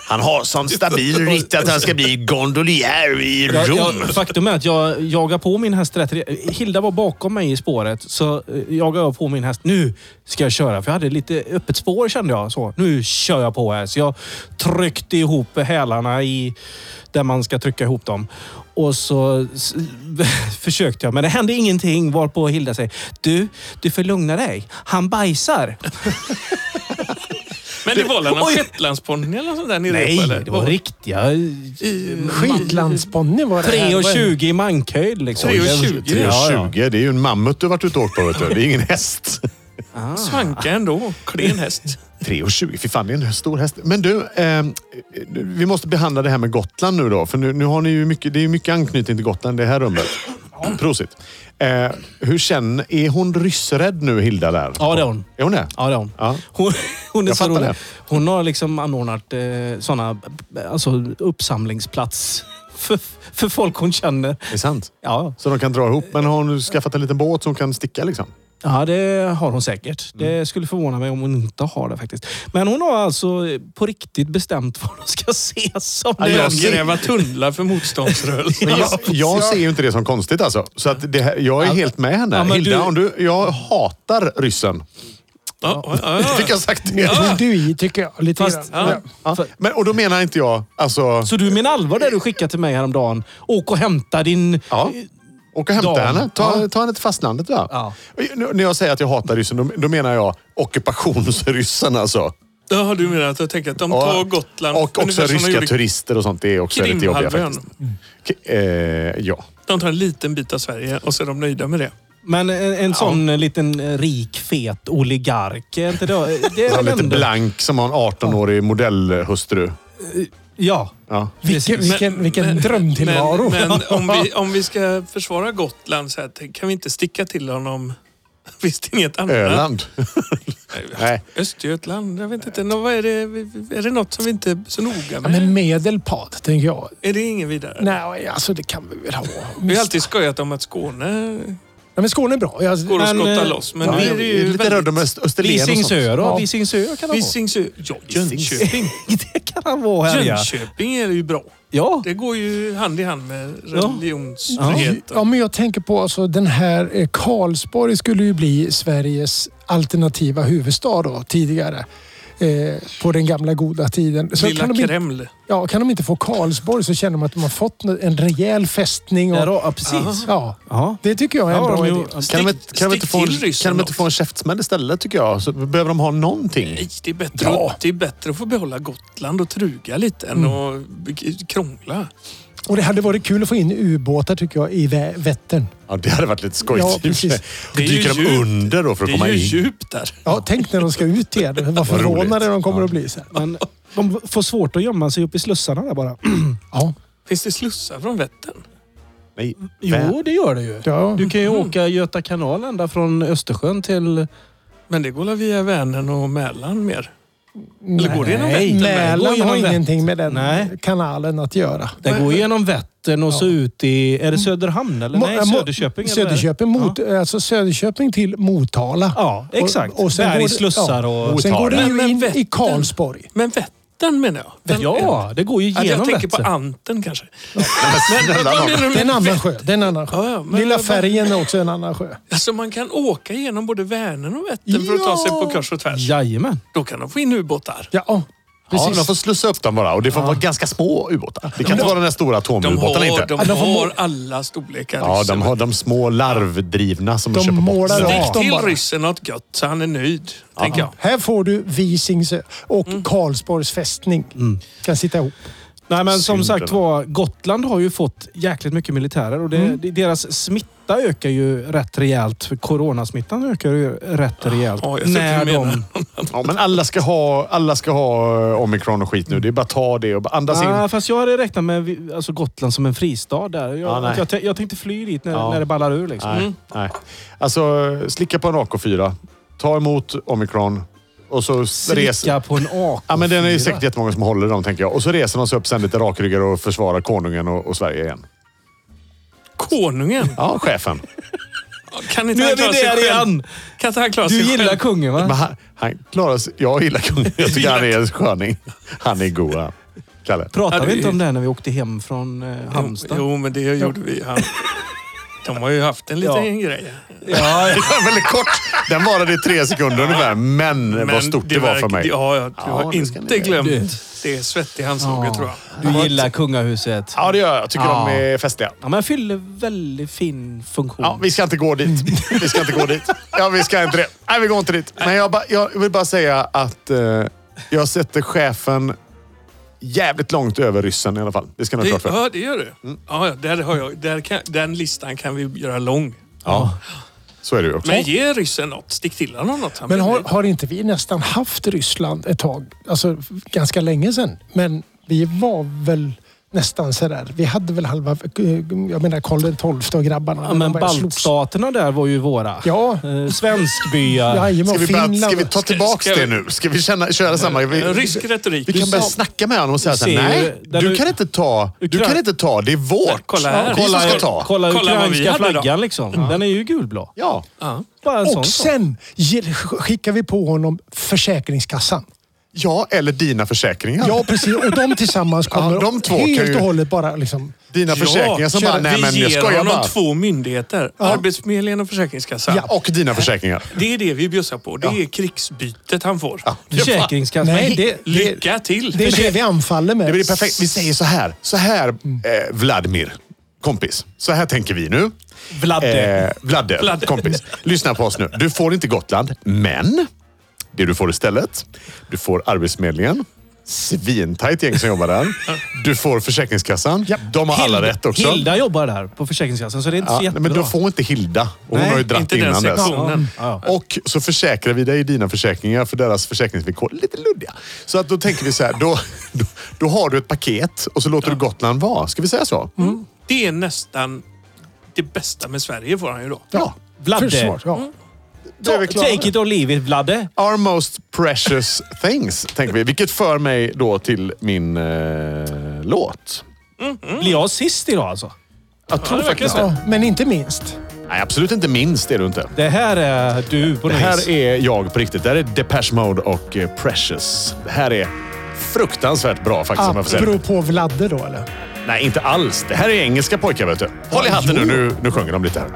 Speaker 1: Han har sån stabil ritt att han ska bli gondolier i
Speaker 3: Jag,
Speaker 1: Rom.
Speaker 3: jag, faktum är att jag jagar på min häst rätt. Hilda var bakom mig i spåret. Så jagade jag på min häst. Nu ska jag köra. För jag hade lite öppet spår kände jag. Så nu kör jag på här. Så jag tryckte ihop hälarna i där man ska trycka ihop dem. Och så s- försökte jag. Men det hände ingenting. Varpå Hilda säger: Du, du får lugna dig. Han bajsar.
Speaker 2: Men det var väl en
Speaker 3: Oj.
Speaker 2: shetlandsponny eller något sånt där nere
Speaker 3: Nej,
Speaker 2: på, eller?
Speaker 3: det var riktiga...
Speaker 4: Skitlandsponny var det här.
Speaker 3: tre och tjugo i mankhöjd liksom.
Speaker 2: tre och tjugo?
Speaker 1: tre och tjugo, det är ju en mammut du har varit ute och åkt på. Vet du. Det är ingen häst.
Speaker 2: Svanka ändå. Klen häst.
Speaker 1: tre och tjugo, fy fan det är en stor häst. Men du, eh, vi måste behandla det här med Gotland nu då. För nu, nu har ni ju mycket, det är ju mycket anknytning till Gotland det här rummet. Prosit. Eh, hur känner, är hon ryssrädd nu Hilda där?
Speaker 3: Ja, det är hon.
Speaker 1: Är hon det?
Speaker 3: Ja, det är hon.
Speaker 1: Ja.
Speaker 3: Hon, hon är
Speaker 1: Jag
Speaker 3: så
Speaker 1: fattar
Speaker 3: rolig.
Speaker 1: det.
Speaker 3: Hon har liksom anordnat eh, sådana alltså, uppsamlingsplats för, för folk hon känner.
Speaker 1: Det är sant.
Speaker 3: Ja.
Speaker 1: Så de kan dra ihop. Men har hon skaffat en liten båt som kan sticka liksom?
Speaker 3: Ja, det har hon säkert. Det skulle förvåna mig om hon inte har det faktiskt. Men hon har alltså på riktigt bestämt vad de ska ses som.
Speaker 1: Ja,
Speaker 3: Det är
Speaker 1: jag
Speaker 3: också-
Speaker 1: ser-
Speaker 2: Gräva tunnlar för motståndsrörelsen.
Speaker 1: Men jag, jag ser ju inte det som konstigt alltså. Så att det här, jag är helt med henne.
Speaker 3: Ja, men
Speaker 1: Hilda,
Speaker 3: du-
Speaker 1: om du, jag hatar ryssen.
Speaker 2: Ja, ja, ja, ja.
Speaker 1: Fick jag sagt det?
Speaker 2: Ja.
Speaker 4: Du i tycker jag. Lite
Speaker 3: Fast-
Speaker 4: grann.
Speaker 2: Ja.
Speaker 1: Ja. Men, och då menar inte jag, alltså...
Speaker 3: Så du menar allvar det du skickade till mig häromdagen? Åk och hämta din...
Speaker 1: Ja. Åka och hämta
Speaker 3: Dam.
Speaker 1: henne. Ta,
Speaker 3: Ja.
Speaker 1: ta henne till fastlandet. Va?
Speaker 3: Ja.
Speaker 1: Och nu- När jag säger att jag hatar ryssen, då, då menar jag ockupationsryssen alltså.
Speaker 2: Då har du menat att jag tänker att de tar Gotland.
Speaker 1: Och också
Speaker 2: ungefär som de
Speaker 1: ryska
Speaker 2: gjorde
Speaker 1: turister och sånt. Det är också lite jobbiga
Speaker 2: Krimhalvön.
Speaker 1: faktiskt. K- eh, ja.
Speaker 2: De tar en liten bit av Sverige och så är de nöjda med det.
Speaker 3: Men en, en sån liten eh, rik, fet oligark, är inte det? Det är
Speaker 1: Han
Speaker 3: väl
Speaker 1: lite
Speaker 3: ändå...
Speaker 1: blank som har en arton-årig modellhustru.
Speaker 3: Ja.
Speaker 1: Ja.
Speaker 4: Vilken, vilken, vilken drömtillvaro.
Speaker 2: Men, men om, vi, om vi ska försvara Gotland så här, kan vi inte sticka till honom? Visst inget annat?
Speaker 1: Öland. Nej.
Speaker 2: Östergötland? Jag vet inte. Nå, vad är, det, är det något som vi inte är så noga
Speaker 4: Ja,
Speaker 2: med?
Speaker 4: men Medelpad, tänker jag.
Speaker 2: Är det ingen vidare?
Speaker 4: Nej, alltså det kan vi väl ha.
Speaker 2: Vi har alltid skojat om att Skåne
Speaker 4: Ja, men Skåne är bra. Jag,
Speaker 2: går att
Speaker 3: Men,
Speaker 2: skotta
Speaker 3: eh,
Speaker 2: loss. Men
Speaker 1: Ja,
Speaker 2: nu
Speaker 1: jag
Speaker 2: är det
Speaker 1: är
Speaker 2: ju
Speaker 1: lite
Speaker 2: väldigt...
Speaker 1: rädd om Öst- Österlen och sånt.
Speaker 3: Visingsö då?
Speaker 4: Ja.
Speaker 3: Visingsö kan han vara.
Speaker 2: Visingsö. Ja, Jönköping.
Speaker 3: Det kan han vara här, ja.
Speaker 2: Jönköping är ju bra.
Speaker 3: Ja.
Speaker 2: Det går ju hand i hand med
Speaker 3: Ja.
Speaker 2: religionsfrihet.
Speaker 4: ja, men jag tänker på alltså den här eh, Karlsborg skulle ju bli Sveriges alternativa huvudstad då, tidigare. Eh, på den gamla goda tiden. Så
Speaker 2: Lilla
Speaker 4: kan de, inte,
Speaker 2: Kreml.
Speaker 4: ja, kan de inte få Karlsborg så känner man att de har fått en rejäl fästning. Och,
Speaker 3: Ja, då, ja, precis.
Speaker 4: ja,
Speaker 3: Ja.
Speaker 4: det tycker jag är en
Speaker 3: Ja,
Speaker 4: bra
Speaker 3: de är
Speaker 4: idé.
Speaker 3: ju-
Speaker 1: Kan de, inte- kan, de inte
Speaker 2: Stick
Speaker 1: få en,
Speaker 2: till ryssen
Speaker 1: kan de inte
Speaker 2: också.
Speaker 1: få en käftsmäll istället tycker jag? Så behöver de ha någonting.
Speaker 2: Nej, det är, bättre
Speaker 4: Ja.
Speaker 2: att, det är bättre att få behålla Gotland och truga lite än att krångla.
Speaker 4: Och det hade varit kul att få in ubåtar tycker jag i Vä- Vättern.
Speaker 1: Ja, det hade varit lite skojigt.
Speaker 4: Ja, precis.
Speaker 2: Det är ju
Speaker 1: Dyker de
Speaker 2: djup.
Speaker 1: under då för att
Speaker 2: Det är
Speaker 1: komma
Speaker 2: ju
Speaker 1: in?
Speaker 2: djupt där.
Speaker 4: Ja, tänk när de ska ut igen. Vad
Speaker 1: roligt.
Speaker 4: förvånade de kommer att bli sen.
Speaker 3: Men de får svårt att gömma sig uppe i slussarna där bara.
Speaker 4: Ja.
Speaker 2: Finns det slussar från Vättern?
Speaker 1: Nej.
Speaker 3: Jo, det gör det ju.
Speaker 4: Ja.
Speaker 3: Du kan ju åka Göta kanal ända från Östersjön till...
Speaker 2: Men det går väl via Vänern och Mälaren mer? Eller går det genom
Speaker 3: Nej,
Speaker 2: Vättern?
Speaker 3: det går
Speaker 4: Mälaren
Speaker 3: genom
Speaker 4: har
Speaker 3: Vättern.
Speaker 4: ingenting med den
Speaker 3: Nej.
Speaker 4: kanalen att göra.
Speaker 3: Det går genom Vättern och så ut i... Är det Söderhamn eller? Nej,
Speaker 4: Mo- mo-
Speaker 3: Söderköping. eller vad är det?
Speaker 4: Söderköping, mot, alltså Söderköping till Motala.
Speaker 3: Ja, exakt.
Speaker 4: Och, och sen går det-
Speaker 3: Bergsslussar och...
Speaker 4: Sen går det
Speaker 2: Men-
Speaker 4: ju
Speaker 2: men
Speaker 4: in i
Speaker 2: Vättern-
Speaker 4: Karlsborg.
Speaker 2: Men Vättern menar jag. Den-
Speaker 3: Ja, det går ju
Speaker 2: Alltså,
Speaker 3: genom
Speaker 2: jag tänker på
Speaker 3: Vättern.
Speaker 2: Anten kanske.
Speaker 1: Men,
Speaker 2: Vad menar du
Speaker 4: Det är en
Speaker 2: med
Speaker 4: annan
Speaker 2: Vättern?
Speaker 4: sjö. Det är en annan sjö.
Speaker 2: Ja, ja, men-
Speaker 4: Lilla Färgen är också en annan sjö.
Speaker 2: Alltså man kan åka igenom både Vänern och Vättern för att ta sig på kors och tvärs.
Speaker 3: Jajamän.
Speaker 2: Då kan de få in ubåtar.
Speaker 4: Ja,
Speaker 1: ja,
Speaker 4: precis.
Speaker 1: de får slussa upp dem bara. Och det får vara ganska små ubåtar. Det kan inte vara den där stora
Speaker 2: De
Speaker 1: atomubåtarna
Speaker 2: har,
Speaker 1: inte.
Speaker 2: de
Speaker 4: Ja, de får
Speaker 2: har
Speaker 4: må-
Speaker 2: alla storlekar.
Speaker 1: Ja, de
Speaker 2: ryssen.
Speaker 1: har de små larvdrivna som de,
Speaker 4: De
Speaker 1: köper
Speaker 4: målar
Speaker 1: boxar.
Speaker 4: av.
Speaker 2: Stick
Speaker 4: de
Speaker 2: till
Speaker 4: bara.
Speaker 2: ryssen något gött så han är nöjd, tänker jag.
Speaker 4: Här får du Visingsö och
Speaker 2: Mm.
Speaker 4: Karlsborgs fästning. Kan sitta ihop.
Speaker 3: Nej, men som
Speaker 1: Synd,
Speaker 3: sagt
Speaker 1: eller?
Speaker 3: var, Gotland har ju fått jäkligt mycket militärer och det, det- deras smitta ökar ju rätt rejält. För coronasmittan ökar ju rätt rejält.
Speaker 2: Ja, jag tror
Speaker 3: när
Speaker 2: du menar.
Speaker 3: de...
Speaker 1: Ja, men alla ska ha, alla ska ha eh, omikron och skit nu. Det är bara att ta det och bara andas in.
Speaker 3: Ah, fast jag hade räknat med vi- alltså Gotland som en fristad där. Jag,
Speaker 1: Ja, nej.
Speaker 3: jag, tä- jag tänkte fly dit när,
Speaker 1: Ja.
Speaker 3: när det ballar ur. Liksom.
Speaker 1: Nej, nej. Alltså, slicka på en A K fyra. Ta emot omikron. Och så reser...
Speaker 3: Slicka på en A K fyra.
Speaker 1: Ja, men den är ju säkert jättemånga som håller dem, tänker jag. Och så reser de sig upp sen lite rakryggar och försvarar konungen och, och Sverige igen.
Speaker 2: Konungen.
Speaker 1: Ja, chefen.
Speaker 2: Kan inte
Speaker 3: Nu
Speaker 2: han
Speaker 3: är vi
Speaker 2: klara sig
Speaker 3: där
Speaker 2: själv?
Speaker 3: igen!
Speaker 2: Kan inte han klara
Speaker 3: Du
Speaker 2: sig
Speaker 3: gillar
Speaker 2: själv?
Speaker 3: kungen va?
Speaker 1: Men han, han klarar sig... Jag gillar kungen. Jag tycker han är en sköning. Han är god. Han. Kalle.
Speaker 3: Pratade
Speaker 2: Ja,
Speaker 3: vi
Speaker 2: det-
Speaker 3: inte om det när vi åkte hem från eh, Halmstad?
Speaker 2: Jo, men det gjorde vi. Han, de har ju haft en liten
Speaker 3: Ja.
Speaker 2: grej.
Speaker 3: Ja,
Speaker 1: Det var väldigt kort. Den varade i tre sekunder ungefär. Men, vad stort det, var för
Speaker 2: verk-
Speaker 1: mig.
Speaker 2: Ja, ja, du
Speaker 1: Ja,
Speaker 2: har
Speaker 1: det ska
Speaker 2: inte
Speaker 1: ni-
Speaker 2: glömt
Speaker 3: Du-
Speaker 2: det svettiga handslaget, tror jag.
Speaker 3: du gillar kungahuset.
Speaker 1: Ja, det gör jag. Jag tycker
Speaker 3: Ja.
Speaker 1: de är festliga.
Speaker 3: Ja, men fyller väldigt fin funktion.
Speaker 1: Ja, vi ska inte gå dit. Vi ska inte gå dit. Ja, vi ska inte det. Nej, vi går inte dit. Men jag, ba, jag vill bara säga att eh, jag sätter chefen jävligt långt över ryssen i alla fall. Det ska ni ha
Speaker 2: Det,
Speaker 1: klart för.
Speaker 2: ja, det gör du. Ja, ja, där har jag, där kan, den listan kan vi göra lång.
Speaker 1: Ja, så är det ju också.
Speaker 2: Men ge ryssen något. Stick till honom något. Han
Speaker 4: Men
Speaker 2: blir
Speaker 4: har,
Speaker 2: nöjd.
Speaker 4: har inte vi nästan haft Ryssland ett tag? Alltså ganska länge sedan. Men vi var väl nästan sådär. Vi hade väl halva, jag menar Karl den tolfte och grabbarna.
Speaker 3: Ja,
Speaker 4: De
Speaker 3: men
Speaker 4: bara slogs.
Speaker 3: baltstaterna där var ju våra.
Speaker 4: Ja.
Speaker 3: Eh, Svenskbyar.
Speaker 4: Jajamän,
Speaker 1: Ska vi, bara,
Speaker 4: Finland.
Speaker 1: ska vi ta tillbaka
Speaker 2: Ska- ska
Speaker 1: det
Speaker 2: vi-
Speaker 1: nu? Ska vi känna, köra samma? Vi,
Speaker 2: Rysk retorik.
Speaker 1: vi kan börja snacka med honom och säga så här,
Speaker 3: ser ju
Speaker 1: nej,
Speaker 3: där
Speaker 1: du
Speaker 3: du-
Speaker 1: kan inte ta, du
Speaker 3: Ukra-
Speaker 1: kan inte ta, det är vårt.
Speaker 2: Kolla här.
Speaker 1: Vi som ska ta.
Speaker 3: Kolla
Speaker 2: Kolla vad vi
Speaker 3: ukrainska
Speaker 2: hade då.
Speaker 3: flaggan liksom. Den är ju gulblå.
Speaker 1: Ja.
Speaker 2: Ja.
Speaker 3: Bara en sån
Speaker 4: Och
Speaker 3: sak.
Speaker 4: sen ge- skickar vi på honom Försäkringskassan.
Speaker 1: ja, eller dina försäkringar.
Speaker 4: Ja, precis. Och de tillsammans kommer
Speaker 1: Ja, de två kan
Speaker 4: helt
Speaker 1: ju-
Speaker 4: och hållet bara liksom...
Speaker 1: Dina försäkringar som
Speaker 2: köra-
Speaker 1: bara, nej
Speaker 2: vi
Speaker 1: men jag
Speaker 2: ger
Speaker 1: skojar
Speaker 2: honom
Speaker 1: bara.
Speaker 2: två myndigheter.
Speaker 4: Ja.
Speaker 2: Arbetsförmedlingen och Försäkringskassan.
Speaker 4: Ja.
Speaker 1: Och dina försäkringar.
Speaker 2: Det är det vi bjussar på. Det är krigsbytet han får.
Speaker 3: Försäkringskassan.
Speaker 4: Nej,
Speaker 3: det,
Speaker 4: det,
Speaker 2: Lycka till!
Speaker 4: det är det vi anfaller med.
Speaker 1: Det blir perfekt. Vi säger så här. Så här, eh, Vladimir, kompis. Så här tänker vi nu.
Speaker 3: Vladde.
Speaker 1: Eh, Vladde,
Speaker 2: Vladde.
Speaker 1: kompis. Lyssna på oss nu. Du får inte Gotland, men det du får istället. Du får Arbetsförmedlingen. Svintajt gäng som jobbar där. Du får Försäkringskassan. De har alla rätt också.
Speaker 3: Hilda jobbar där på Försäkringskassan, så det är inte
Speaker 1: Ja,
Speaker 3: så
Speaker 1: nej,
Speaker 3: jättebra.
Speaker 1: men då får inte Hilda. Och hon
Speaker 3: Nej,
Speaker 1: har ju dratt
Speaker 2: inte den
Speaker 1: innan dess.
Speaker 2: sektionen.
Speaker 3: Ja.
Speaker 1: Och så försäkrar vi dig i dina försäkringar för deras försäkringsvillkor är lite luddiga. Så att då tänker vi så här, då, då, då har du ett paket och så låter du Gotland vara. Ska vi säga så?
Speaker 2: Mm. Det är nästan det bästa med Sverige, får han ju då.
Speaker 1: Ja.
Speaker 3: Vladde.
Speaker 4: Försvar, ja.
Speaker 1: Då är vi klara.
Speaker 3: Take it or leave it, Vladde.
Speaker 1: Our most precious things, tänker vi. Vilket för mig då till min eh, låt.
Speaker 3: Blir jag sist idag alltså?
Speaker 1: Jag tror
Speaker 2: det verkar
Speaker 1: faktiskt
Speaker 2: så.
Speaker 1: det.
Speaker 4: Ja, men inte minst.
Speaker 1: Nej, absolut inte minst är du inte.
Speaker 3: Det här är du på
Speaker 1: Det
Speaker 3: något vis.
Speaker 1: här är jag på riktigt. Det här är Depeche Mode och eh, Precious. Det här är fruktansvärt bra faktiskt. om jag får säga det.
Speaker 4: Beror på Vladde då eller?
Speaker 1: Nej, inte alls. Det här är engelska pojkar, vet du. Håll i hatten nu, nu, nu sjunger de lite här.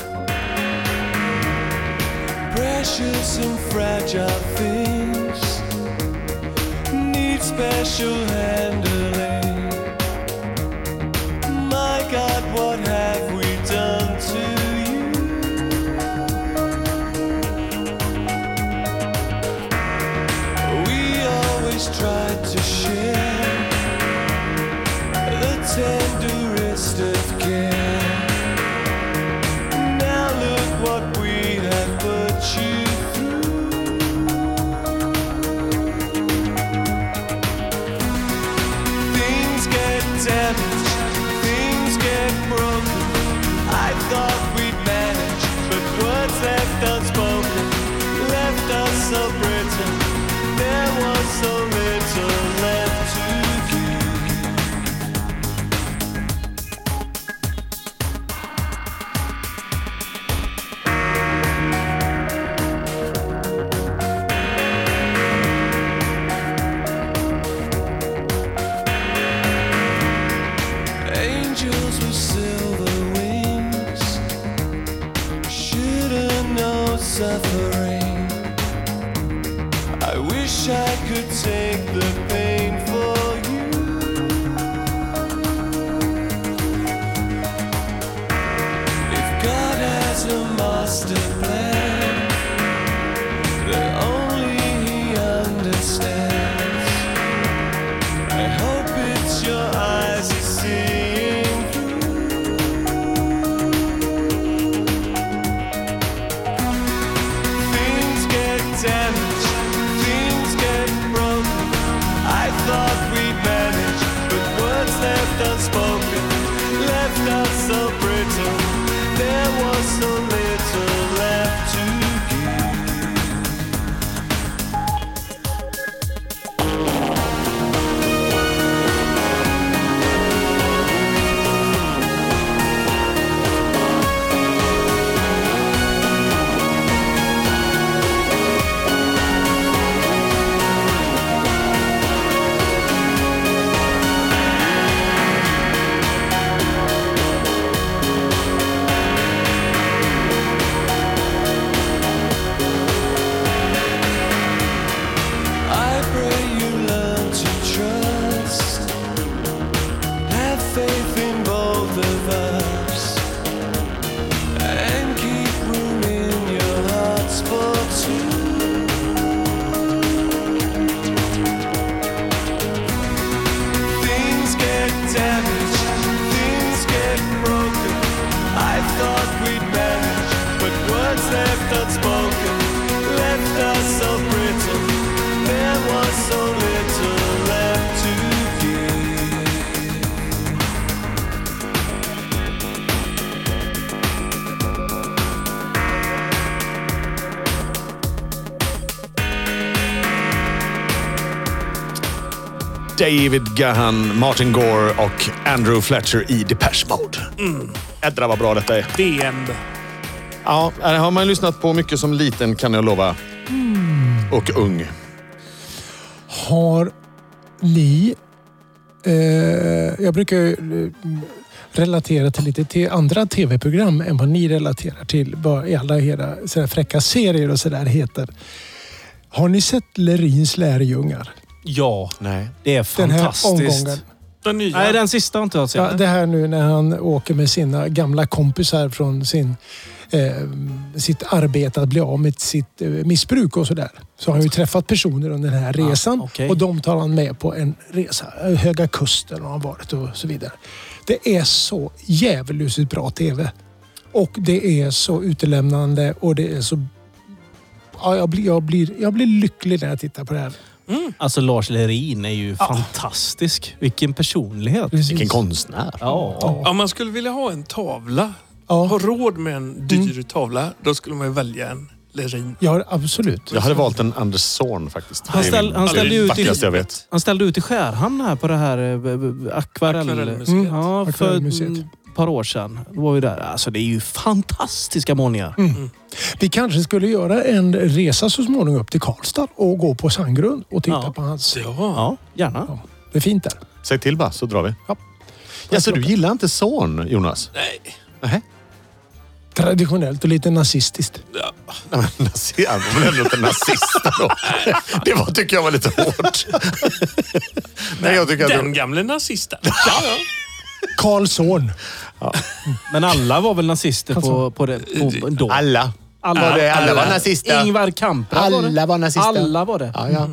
Speaker 5: Precious and fragile things need special handling. My God, what have we done to you? We always tried to share the tenderest of care. Now look what we have put you through. Things get damaged, things get broken. I thought we'd manage, but words left unspoken left us so brittle. There was so little left to give. Angels with silver wings shouldn't know suffering. I wish I could take the pain for you. If God has a master plan that only He understands, I hope it's your eyes are seeing through. Things get damaged, things get broken. I thought we'd manage, but words left unspoken left us so brittle. There was so little left to give.
Speaker 1: David Gahan, Martin Gore och Andrew Fletcher i Depeche Mode.
Speaker 2: Mm.
Speaker 1: Ädra vad bra detta är.
Speaker 2: D M.
Speaker 1: Ja, här har man lyssnat på mycket som liten, kan jag lova. Mm. Och ung.
Speaker 4: Har ni... Eh, jag brukar eh, relatera till lite till andra tv-program än vad ni relaterar till. Bara i alla era sådär fräcka serier och sådär heter. Har ni sett Lerins lärjungar?
Speaker 3: Ja,
Speaker 1: Nej.
Speaker 3: det är
Speaker 4: Den här
Speaker 3: fantastiskt.
Speaker 4: omgången.
Speaker 2: Den nya.
Speaker 3: Nej, den sista har inte jag sett.
Speaker 4: Ja, det här nu när han åker med sina gamla kompisar från sin, eh, sitt arbete att bli av med sitt eh, missbruk och sådär. Så har han ju träffat personer under den här resan
Speaker 3: Ah, okay.
Speaker 4: och de tar han med på en resa. Höga Kusten har han varit och så vidare. Det är så jävligt bra tv. Och det är så utelämnande och det är så... Ja, jag, blir, jag, blir, jag blir lycklig när jag tittar på det här.
Speaker 3: Mm. Alltså Lars Lerin är ju
Speaker 4: Ja.
Speaker 3: fantastisk. Vilken personlighet.
Speaker 4: Precis.
Speaker 1: Vilken konstnär.
Speaker 3: Ja.
Speaker 4: Ja.
Speaker 2: Om man skulle vilja ha en tavla,
Speaker 4: Ja.
Speaker 2: ha råd med en dyr tavla, då skulle man ju välja en Lerin.
Speaker 4: Ja, absolut.
Speaker 1: Jag hade valt en Anders Zorn faktiskt.
Speaker 3: Han, ställ,
Speaker 1: Det är
Speaker 3: han,
Speaker 1: det
Speaker 3: ställde ut i,
Speaker 1: vackraste jag vet.
Speaker 3: han ställde ut i Skärhamn här på det här eh, akvarell...
Speaker 2: Akvarellmuseet.
Speaker 3: Mm, ja, för
Speaker 4: Akvarellmuseet.
Speaker 3: ett par år sedan. Det var ju där. Alltså det är ju fantastiska målningar.
Speaker 4: Mm. Vi kanske skulle göra en resa så småningom upp till Karlstad och gå på Sandgrund och titta
Speaker 3: Ja.
Speaker 4: på hans...
Speaker 2: Ja.
Speaker 3: Ja, gärna.
Speaker 4: Ja, det är fint där.
Speaker 1: Säg till bara, så drar vi.
Speaker 4: Ja.
Speaker 1: Ja, så du gillar inte Zorn, Jonas?
Speaker 2: Nej.
Speaker 1: Nej.
Speaker 4: Traditionellt och lite nazistiskt.
Speaker 2: Ja.
Speaker 1: Nej, men nazi- Han var väl ändå inte nazist då? Det var, tycker jag var lite hårt. Nej, jag tycker att
Speaker 2: Den
Speaker 1: det...
Speaker 2: gamle nazisten. Ja, ja.
Speaker 4: Karl Zorn.
Speaker 3: Men alla var väl nazister på, på det på, då?
Speaker 1: Alla.
Speaker 3: Alla,
Speaker 1: Var det- alla var nazister.
Speaker 3: Ingvar Kamprad var det.
Speaker 1: Alla var nazister.
Speaker 3: Alla var det.
Speaker 1: Ja, ja.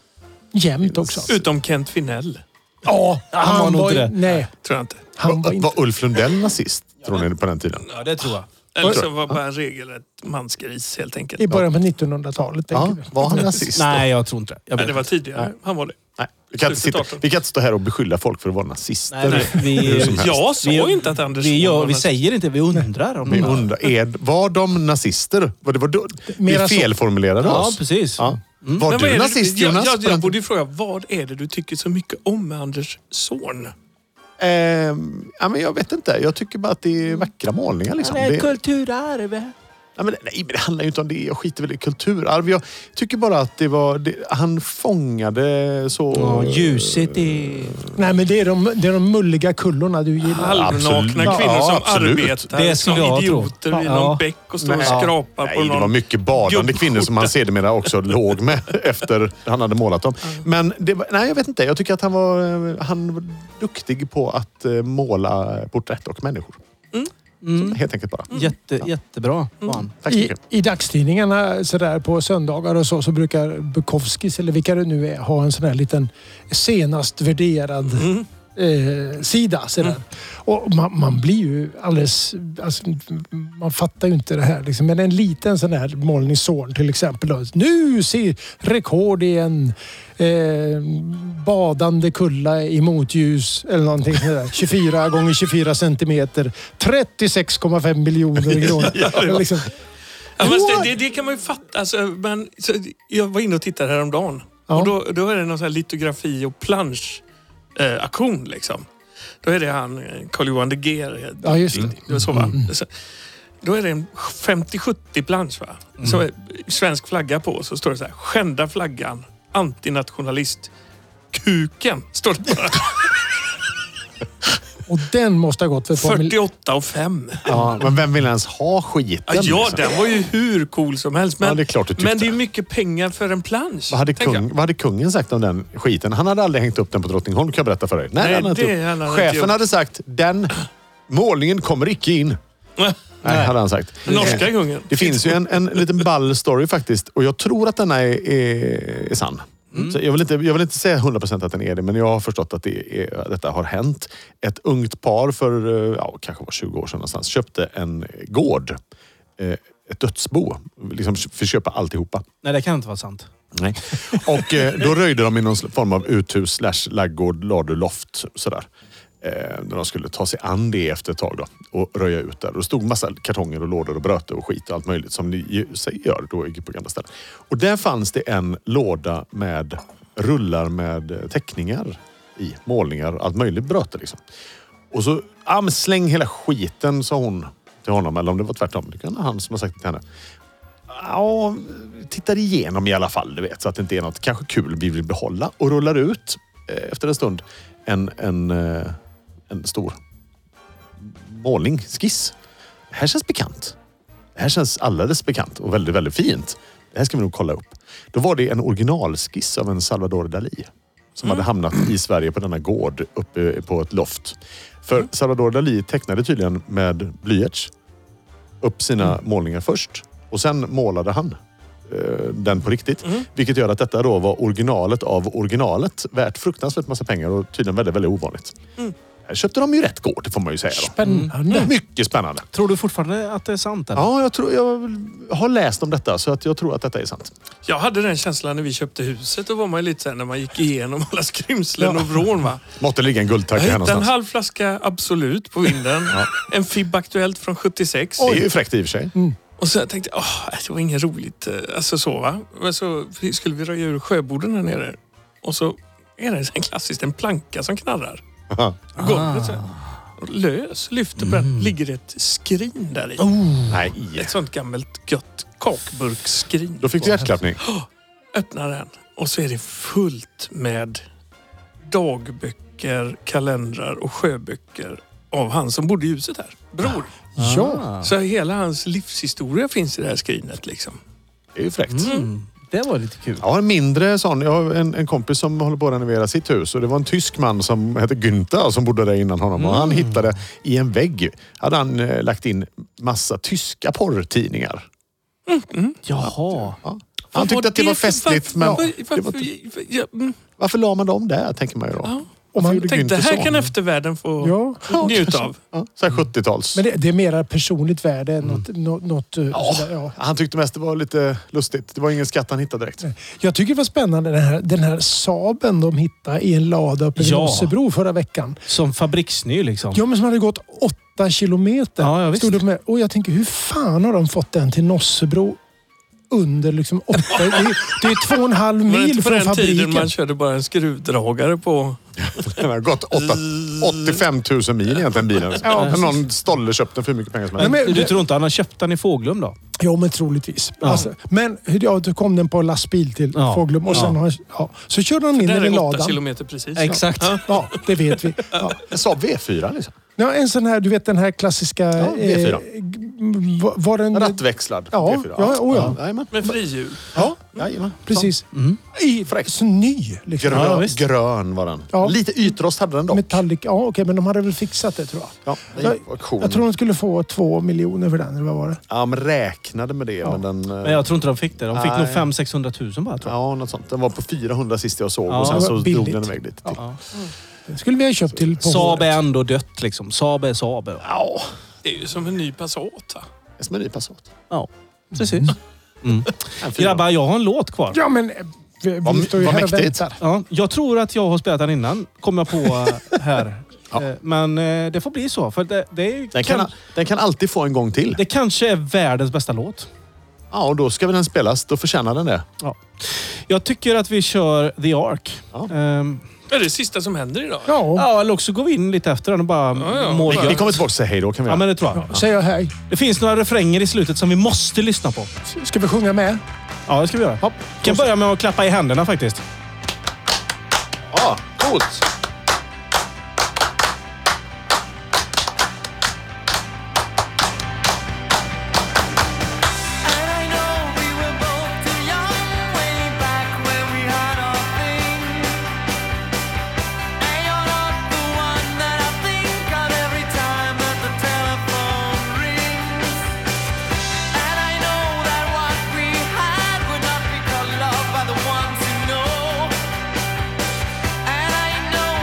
Speaker 4: Jämt också.
Speaker 2: Utom Kent Finell,
Speaker 4: Ja,
Speaker 3: han var nog inte det.
Speaker 4: Nej,
Speaker 2: tror jag inte.
Speaker 4: han var
Speaker 1: Var,
Speaker 4: inte...
Speaker 1: var Ulf Lundell nazist, tror ni, på den tiden?
Speaker 3: Ja, det tror jag.
Speaker 2: Eller så var bara en regelrätt mansgris helt enkelt.
Speaker 4: I början på nittonhundratalet,
Speaker 1: Ja,
Speaker 4: tänker vi.
Speaker 1: var han nazist?
Speaker 3: Nej, jag tror inte det. Jag
Speaker 2: Nej,
Speaker 3: vet
Speaker 2: det var
Speaker 3: inte.
Speaker 2: tidigare. Han var det.
Speaker 1: Nej. Vi kan, inte sitta, vi kan inte stå här och beskylla folk för att vara nazister.
Speaker 3: Nej, nej, vi,
Speaker 1: Hur som helst.
Speaker 2: Jag sa
Speaker 3: vi,
Speaker 2: inte att Anders
Speaker 3: vi,
Speaker 2: Zorn
Speaker 3: gör,
Speaker 2: var
Speaker 3: vi
Speaker 2: nazist.
Speaker 3: säger inte, vi undrar om
Speaker 1: Vi
Speaker 3: de var.
Speaker 1: undrar, är, var de nazister? Var det, var då, vi
Speaker 4: Mera så.
Speaker 1: felformulerade
Speaker 3: Ja,
Speaker 1: oss.
Speaker 3: precis.
Speaker 1: Ja. Var
Speaker 2: Men vad
Speaker 1: du
Speaker 2: är det-
Speaker 1: nazist,
Speaker 2: jag,
Speaker 1: Jonas?
Speaker 2: jag,
Speaker 1: på
Speaker 2: jag
Speaker 1: den
Speaker 2: borde ju fråga, vad är det du tycker så mycket om med Anders Zorn?
Speaker 1: Ehm, ja, men jag vet inte. Jag tycker bara att det är vackra målningar. Liksom. Det,
Speaker 3: kulturarv.
Speaker 1: ja, men, nej, men det handlar ju inte om det. Jag skiter väl i kulturarv. Jag tycker bara att det var... Det, han fångade så...
Speaker 3: Ja, ljuset i...
Speaker 4: Nej, men det är de, det är de mulliga kullorna du gillar.
Speaker 2: Halvnakna
Speaker 1: absolut.
Speaker 2: kvinnor
Speaker 1: Ja,
Speaker 2: som
Speaker 1: absolut.
Speaker 2: arbetar
Speaker 3: Det skulle
Speaker 2: som
Speaker 3: jag tro.
Speaker 2: idioter vid
Speaker 3: Ja.
Speaker 2: någon bäck och står och
Speaker 1: Nej.
Speaker 2: skrapar
Speaker 1: Nej,
Speaker 2: på
Speaker 1: det
Speaker 2: någon...
Speaker 1: var mycket badande kvinnor som han sedermera också låg med efter han hade målat dem. Men det var, nej, jag vet inte. Jag tycker att han var, han var duktig på att eh, måla porträtt och människor.
Speaker 3: Mm.
Speaker 1: Så, helt enkelt bara.
Speaker 3: Jätte, jättebra var han.
Speaker 1: Tack så
Speaker 4: I,
Speaker 1: mycket.
Speaker 4: I dagstidningarna så där, på söndagar och så, så brukar Bukowskis eller vilka det nu är ha en sån här liten senast värderad eh, sida. Så där. Och man, man blir ju alldeles... Alltså, man fattar ju inte det här. Liksom. Men en liten sån här målning Zorn till exempel. Då. Nu ser rekord i en eh, badande kulla i motljus eller någonting sådär. tjugofyra gånger tjugofyra centimeter. trettiosex komma fem miljoner kronor. liksom.
Speaker 2: Ja, men det, det, det kan man ju fatta. Alltså, men, så, jag var inne och tittade häromdagen.
Speaker 4: Ja.
Speaker 2: Och då, då är det någon sån här litografi och plansch eh, aktion liksom. Då är det han, eh, Carl-Johan de Geer.
Speaker 4: Ja, just det.
Speaker 2: Det var så, va? Så, då är det en femtio sjuttio plansch, va? Så är svensk flagga på, så står det så här: skända flaggan, antinationalist, kuken, står det bara.
Speaker 4: Och den måste ha gått för ett par mil-
Speaker 2: fyrtioåtta och fem.
Speaker 1: Ja, men vem vill ens ha skiten?
Speaker 2: Ja, ja,
Speaker 1: liksom?
Speaker 2: den var ju hur cool som helst. Men,
Speaker 1: Ja, det är klart du tyckte.
Speaker 2: men det är mycket pengar för en plansch.
Speaker 1: Vad hade,
Speaker 2: tänker
Speaker 1: kung,
Speaker 2: jag.
Speaker 1: vad hade kungen sagt om den skiten? Han hade aldrig hängt upp den på Drottningholm, kan jag berätta för dig. Nej,
Speaker 2: Nej,
Speaker 1: han hade
Speaker 2: det
Speaker 1: inte gjort.
Speaker 2: hade han inte
Speaker 1: Chefen
Speaker 2: gjort.
Speaker 1: hade sagt, den målningen kommer icke in. Nej, hade han sagt.
Speaker 2: Norska kungen.
Speaker 1: Det finns ju en, en liten ball story faktiskt. Och jag tror att denna är, är, är sann. Så jag, vill inte, jag vill inte säga hundra procent att den är det, men jag har förstått att det är, detta har hänt. Ett ungt par för ja, kanske var tjugo år sedan någonstans köpte en gård. Eh, ett dödsbo. Liksom för att köpa alltihopa.
Speaker 3: Nej, det kan inte vara sant.
Speaker 1: Nej. Och eh, då röjde de i någon form av uthus, slash laggård, laduloft sådär. Eh, när de skulle ta sig an det efter ett tag då. Och röja ut där. Och det stod massa kartonger och lådor och bröte och skit och allt möjligt som ni ju- sig gör då på gamla ställen. Och där fanns det en låda med rullar med teckningar i. Målningar, allt möjligt bröte liksom. Och så, ja men släng hela skiten, sa hon till honom. Eller om det var tvärtom. Det kan han som har sagt det till henne. Ja, tittar igenom i alla fall, du vet. Så att det inte är något kanske kul vi vill behålla. Och rullar ut eh, efter en stund en, en, eh, en stor målning, skiss. Det här känns bekant. Det här känns alldeles bekant och väldigt, väldigt fint. Det här ska vi nog kolla upp. Då var det en originalskiss av en Salvador Dalí. Som mm. hade hamnat i Sverige på denna gård uppe på ett loft. För mm. Salvador Dalí tecknade tydligen med blyerts upp sina mm. målningar först. Och sen målade han eh, den på riktigt. Mm. Vilket gör att detta då var originalet av originalet. Värt fruktansvärt massa pengar och tydligen väldigt, väldigt ovanligt. Mm. Här köpte de ju rätt gård, får man ju säga då.
Speaker 4: Spännande.
Speaker 1: Mm. Mycket spännande.
Speaker 3: Tror du fortfarande att det är sant? Eller?
Speaker 1: Ja, jag, tror, jag har läst om detta så att jag tror att detta är sant.
Speaker 2: Jag hade den känslan när vi köpte huset. Då var man ju lite sen när man gick igenom alla skrymslen ja. och vrån, va?
Speaker 1: Måtte ligga en guldtacka här någonstans.
Speaker 2: En halv flaska Absolut på vinden. ja. En Fib Aktuellt från sjuttiosex.
Speaker 1: Oj. Det är ju fräckt i och för sig. Mm.
Speaker 2: Och så tänkte jag, åh, det var inget roligt. Alltså så, va? Men så skulle vi röja ur sjöborden här nere. Och så är det en klassiskt en planka som knarrar.
Speaker 1: Ah.
Speaker 2: Golvet så lös, lyfter på den. Ligger ett skrin där i.
Speaker 1: Oh. Nej.
Speaker 2: Ett sånt gammalt gött kakburksskrin.
Speaker 1: Då fick du hjärtklappning.
Speaker 2: Oh, öppnar den och så är det fullt med dagböcker, kalendrar och sjöböcker av han som bodde i huset här. Bror.
Speaker 4: Ah. Ja.
Speaker 2: Så hela hans livshistoria finns i det här skrinet liksom.
Speaker 1: Det är ju fräckt.
Speaker 3: Mm. Det var lite kul.
Speaker 1: Ja, en mindre sån. Jag har en, en kompis som håller på att renovera sitt hus. Och det var en tysk man som hette Günther som bodde där innan honom. Mm. Och han hittade i en vägg. Hade han eh, lagt in massa tyska porrtidningar.
Speaker 2: Mm. Mm.
Speaker 3: Jaha.
Speaker 1: Ja. Han tyckte att det var festligt. Men varför la man dem där, tänker man ju då.
Speaker 2: Ja. Och man tänkte, det här kan eftervärlden få
Speaker 4: ja.
Speaker 2: njuta av.
Speaker 1: Ja, så här sjuttio-tals.
Speaker 4: Men det, det är mera personligt värde än något... Mm. något, något
Speaker 1: ja.
Speaker 4: sådär, ja.
Speaker 1: Han tyckte mest det var lite lustigt. Det var ingen skatt han hittade direkt.
Speaker 4: Jag tycker det var spännande den här, den här Saaben de hittade i en lada uppe i ja. Nossebro förra veckan.
Speaker 3: Som fabriksny liksom.
Speaker 4: Ja, men som hade gått åtta kilometer.
Speaker 3: Ja, jag
Speaker 4: stod upp med. Och jag tänker, hur fan har de fått den till Nossebro? Under liksom åtta... Det är, det är två och en halv mil från fabriken.
Speaker 2: På den tiden man körde bara en skruvdragare på...
Speaker 1: Den har gått åttiofem tusen mil egentligen bilen. Ja, någon stolle köpte den för mycket pengar som helst.
Speaker 3: Men, du tror inte han har köpt den i Fåglum då?
Speaker 4: Ja, men troligtvis. Ja. Alltså, men ja, då kom den på lastbil till ja. Fåglum och sen ja. Har, ja. Så körde han in i ladan.
Speaker 2: Det är åtta kilometer precis.
Speaker 3: Exakt.
Speaker 4: Ja, ja det vet vi. Ja.
Speaker 1: En Saab V fyra liksom.
Speaker 4: Ja, en sån här, du vet den här klassiska...
Speaker 1: Ja, V fyra.
Speaker 4: Eh, var den...
Speaker 1: Rattväxlad
Speaker 4: ja,
Speaker 1: V fyra.
Speaker 4: Ja, oh ja.
Speaker 1: Ja, ja.
Speaker 2: Med frihjul.
Speaker 1: Ja, jajamän.
Speaker 4: Precis.
Speaker 1: Mm.
Speaker 4: I, så ny. Liksom.
Speaker 1: Grön, ja, grön var den. Ja. Lite ytrost hade den dock.
Speaker 4: Metallic, ja okej, okay, men de hade väl fixat det tror jag.
Speaker 1: Ja, det
Speaker 4: jag, jag tror de skulle få två miljoner för den, eller vad var det?
Speaker 1: Ja, men räknade med det. Ja. Men, den,
Speaker 3: men jag tror inte de fick det. De fick nej. nog fem sexhundratusen bara, tror jag.
Speaker 1: Ja, något sånt. Den var på fyrahundra sist jag såg ja, och sen så drog den iväg lite till. Ja.
Speaker 4: Mm. Det skulle vi ha köpt till på
Speaker 3: Saab är ändå dött liksom. Saab är Saab.
Speaker 2: Ja. Det är ju som en ny Passat. Va?
Speaker 1: Det är som en ny Passat.
Speaker 3: Ja, precis. Mm. Mm. Grabbar, jag har en låt kvar.
Speaker 4: Ja, men vi, vi
Speaker 1: vad,
Speaker 4: står ju
Speaker 1: vad
Speaker 4: här
Speaker 1: mäktigt.
Speaker 4: och
Speaker 3: ja, jag tror att jag har spelat den innan. Kommer jag på här. Ja. Men det får bli så. För det, det är
Speaker 1: den, kan, kan, den kan alltid få en gång till.
Speaker 3: Det kanske är världens bästa låt.
Speaker 1: Ja, och då ska vi den spelas. Då förtjänar den det.
Speaker 3: Ja. Jag tycker att vi kör The Ark.
Speaker 2: Ja. Um, är det det sista som händer idag?
Speaker 3: Ja. Ja, eller också går vi in lite efter den och bara
Speaker 2: ja, ja.
Speaker 3: mår
Speaker 1: vi, vi kommer tillbaka och säger hej då, kan vi
Speaker 3: ja, men det tror jag.
Speaker 4: Ja, säger jag hej.
Speaker 3: Det finns några refränger i slutet som vi måste lyssna på.
Speaker 4: Ska vi sjunga med?
Speaker 3: Ja, det ska vi göra. Vi kan börja med att klappa i händerna faktiskt.
Speaker 1: Ja, coolt.
Speaker 5: I know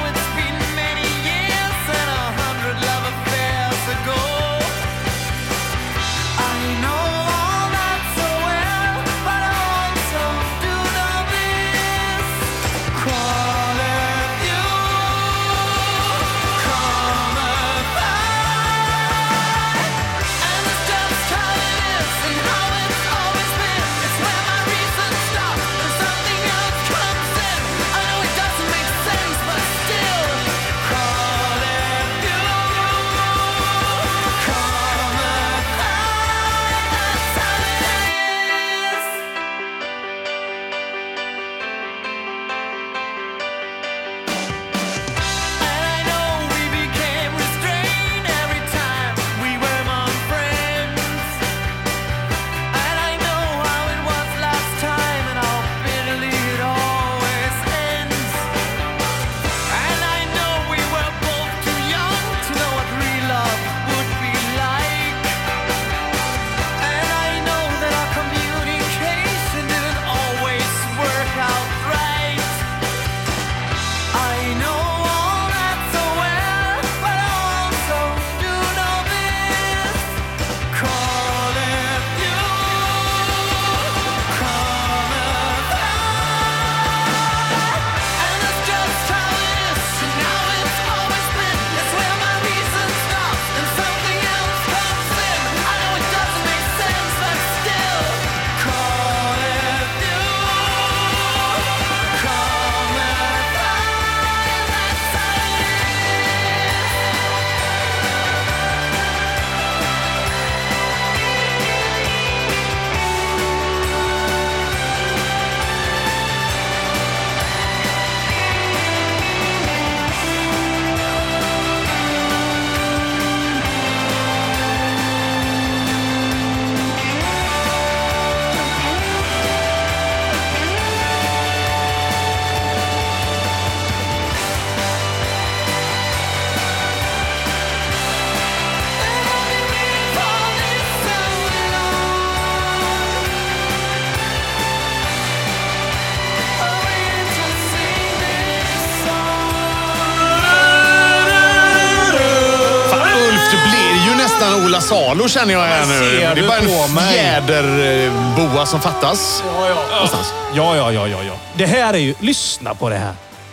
Speaker 1: nästan Ola Salo känner jag här nu. Det är bara en fjäderboa som fattas.
Speaker 3: Ja, ja.
Speaker 1: Någonstans.
Speaker 3: Ja, ja, ja, ja, ja. Det här är ju... Lyssna på det här.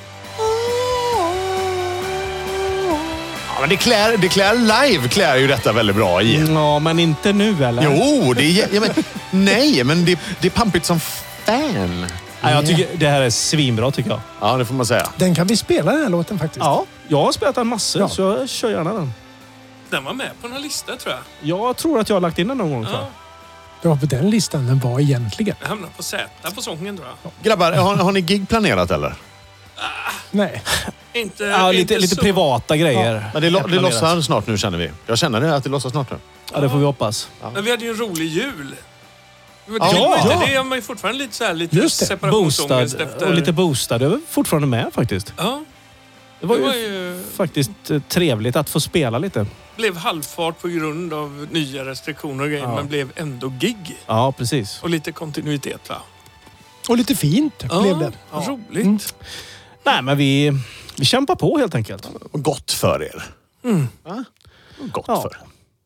Speaker 1: Ja, men det klär, det klär live klär ju detta väldigt bra i.
Speaker 3: Ja, men inte nu eller?
Speaker 1: Jo, det är... Ja, men, nej, men det, det är pampigt som fan.
Speaker 3: Ja, jag tycker det här är svinbra tycker jag.
Speaker 1: Ja, det får man säga.
Speaker 4: Den kan vi spela den här låten faktiskt.
Speaker 3: Ja, jag har spelat den massor
Speaker 4: Ja.
Speaker 3: så jag kör gärna den.
Speaker 2: Den var med på någon lista tror jag.
Speaker 3: Jag tror att jag har lagt in den någon gång tror jag.
Speaker 2: Ja,
Speaker 4: Det var på den listan den var egentligen.
Speaker 2: jag hamnade på Z på sången tror jag.
Speaker 1: Grabbar, har, har ni gig planerat eller?
Speaker 4: Nej.
Speaker 2: Inte,
Speaker 3: Ja, lite,
Speaker 2: inte
Speaker 3: lite
Speaker 2: så.
Speaker 3: privata grejer.
Speaker 1: Men det, lo, det
Speaker 3: Planerat.
Speaker 1: lossar snart nu känner vi. Jag känner det att det lossar snart nu.
Speaker 3: Ja, det får vi hoppas.
Speaker 2: Men vi hade ju en rolig jul. Det var
Speaker 1: Ja,
Speaker 2: det, var inte
Speaker 4: ja.
Speaker 2: det är man ju fortfarande lite så här, lite
Speaker 4: Just det.
Speaker 2: separationsångest
Speaker 3: Boostad
Speaker 2: efter.
Speaker 3: och lite boostad. Jag är fortfarande med faktiskt.
Speaker 2: Ja,
Speaker 3: Det var
Speaker 2: det
Speaker 3: ju,
Speaker 2: var ju,
Speaker 3: faktiskt eh, trevligt att få spela lite.
Speaker 2: blev halvfart på grund av nya restriktioner och grejer,
Speaker 3: Ja.
Speaker 2: men blev ändå gig.
Speaker 3: Ja, precis.
Speaker 2: Och lite kontinuitet va?
Speaker 4: Och lite fint blev det.
Speaker 2: Ja, roligt.
Speaker 4: Mm.
Speaker 3: Nej, men vi, vi kämpar på helt enkelt.
Speaker 1: Och gott för er.
Speaker 2: Mm.
Speaker 1: Va? Gott
Speaker 3: Ja.
Speaker 1: för er.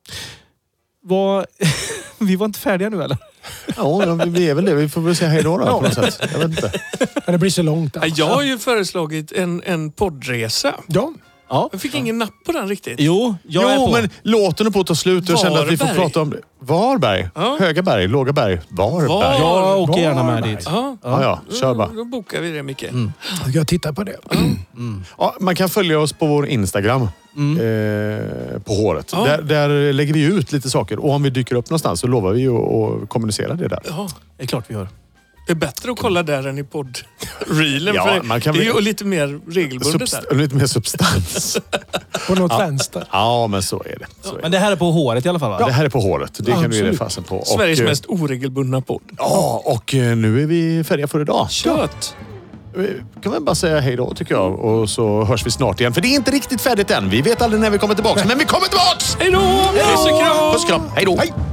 Speaker 3: Var, vi var inte färdiga nu eller?
Speaker 1: Ja, ja, vi är väl det. Vi får väl säga hej då, då på något sätt. Jag vet inte.
Speaker 4: Men det blir så långt.
Speaker 2: Ja, jag har ju föreslagit en, en poddresa.
Speaker 4: Ja.
Speaker 3: Ja.
Speaker 2: Jag fick ingen napp på den riktigt.
Speaker 3: Jo, jag är
Speaker 1: Jo,
Speaker 3: på.
Speaker 1: men låten är på att ta slut. Jag kände att vi får
Speaker 2: Varberg.
Speaker 1: prata om det. Varberg?
Speaker 2: Ja.
Speaker 1: Höga berg? Låga berg? Varberg?
Speaker 2: Var-
Speaker 3: Jag åker gärna med
Speaker 4: Varberg.
Speaker 3: dit.
Speaker 2: Ja,
Speaker 1: Ja, ja. Kör bara.
Speaker 2: då, då bokar vi det Micke.
Speaker 4: Jag tittar på det.
Speaker 1: Ja, man kan följa oss på vår Instagram. Eh, på håret.
Speaker 2: Ja.
Speaker 1: Där, där lägger vi ut lite saker. Och om vi dyker upp någonstans så lovar vi att, att kommunicera det där.
Speaker 2: Ja,
Speaker 3: Det är klart vi gör.
Speaker 2: det är bättre att kolla där än i podd-reelen.
Speaker 1: Ja,
Speaker 2: för
Speaker 1: man kan
Speaker 2: det är ju
Speaker 1: väl-
Speaker 2: lite mer regelbundet
Speaker 1: Subst-
Speaker 2: där.
Speaker 1: lite mer substans.
Speaker 4: På något vänster.
Speaker 1: Ja, men så är det. Så är
Speaker 3: Men
Speaker 1: det.
Speaker 3: det här är på håret i alla fall va?
Speaker 1: Det här är på håret. Det kan du ge dig
Speaker 4: absolut.
Speaker 1: fasen på. Och,
Speaker 2: Sveriges
Speaker 1: eh,
Speaker 2: mest oregelbundna podd.
Speaker 1: Ja, och eh, nu är vi färdiga för idag.
Speaker 2: Kött!
Speaker 1: Vi kan väl bara säga hej då tycker jag. Och så hörs vi snart igen. För det är inte riktigt färdigt än. Vi vet aldrig när vi kommer tillbaka. Men vi kommer tillbaka!
Speaker 2: Hej då! Puss och kram!
Speaker 1: Puss och kram. Hej då!
Speaker 4: Hej!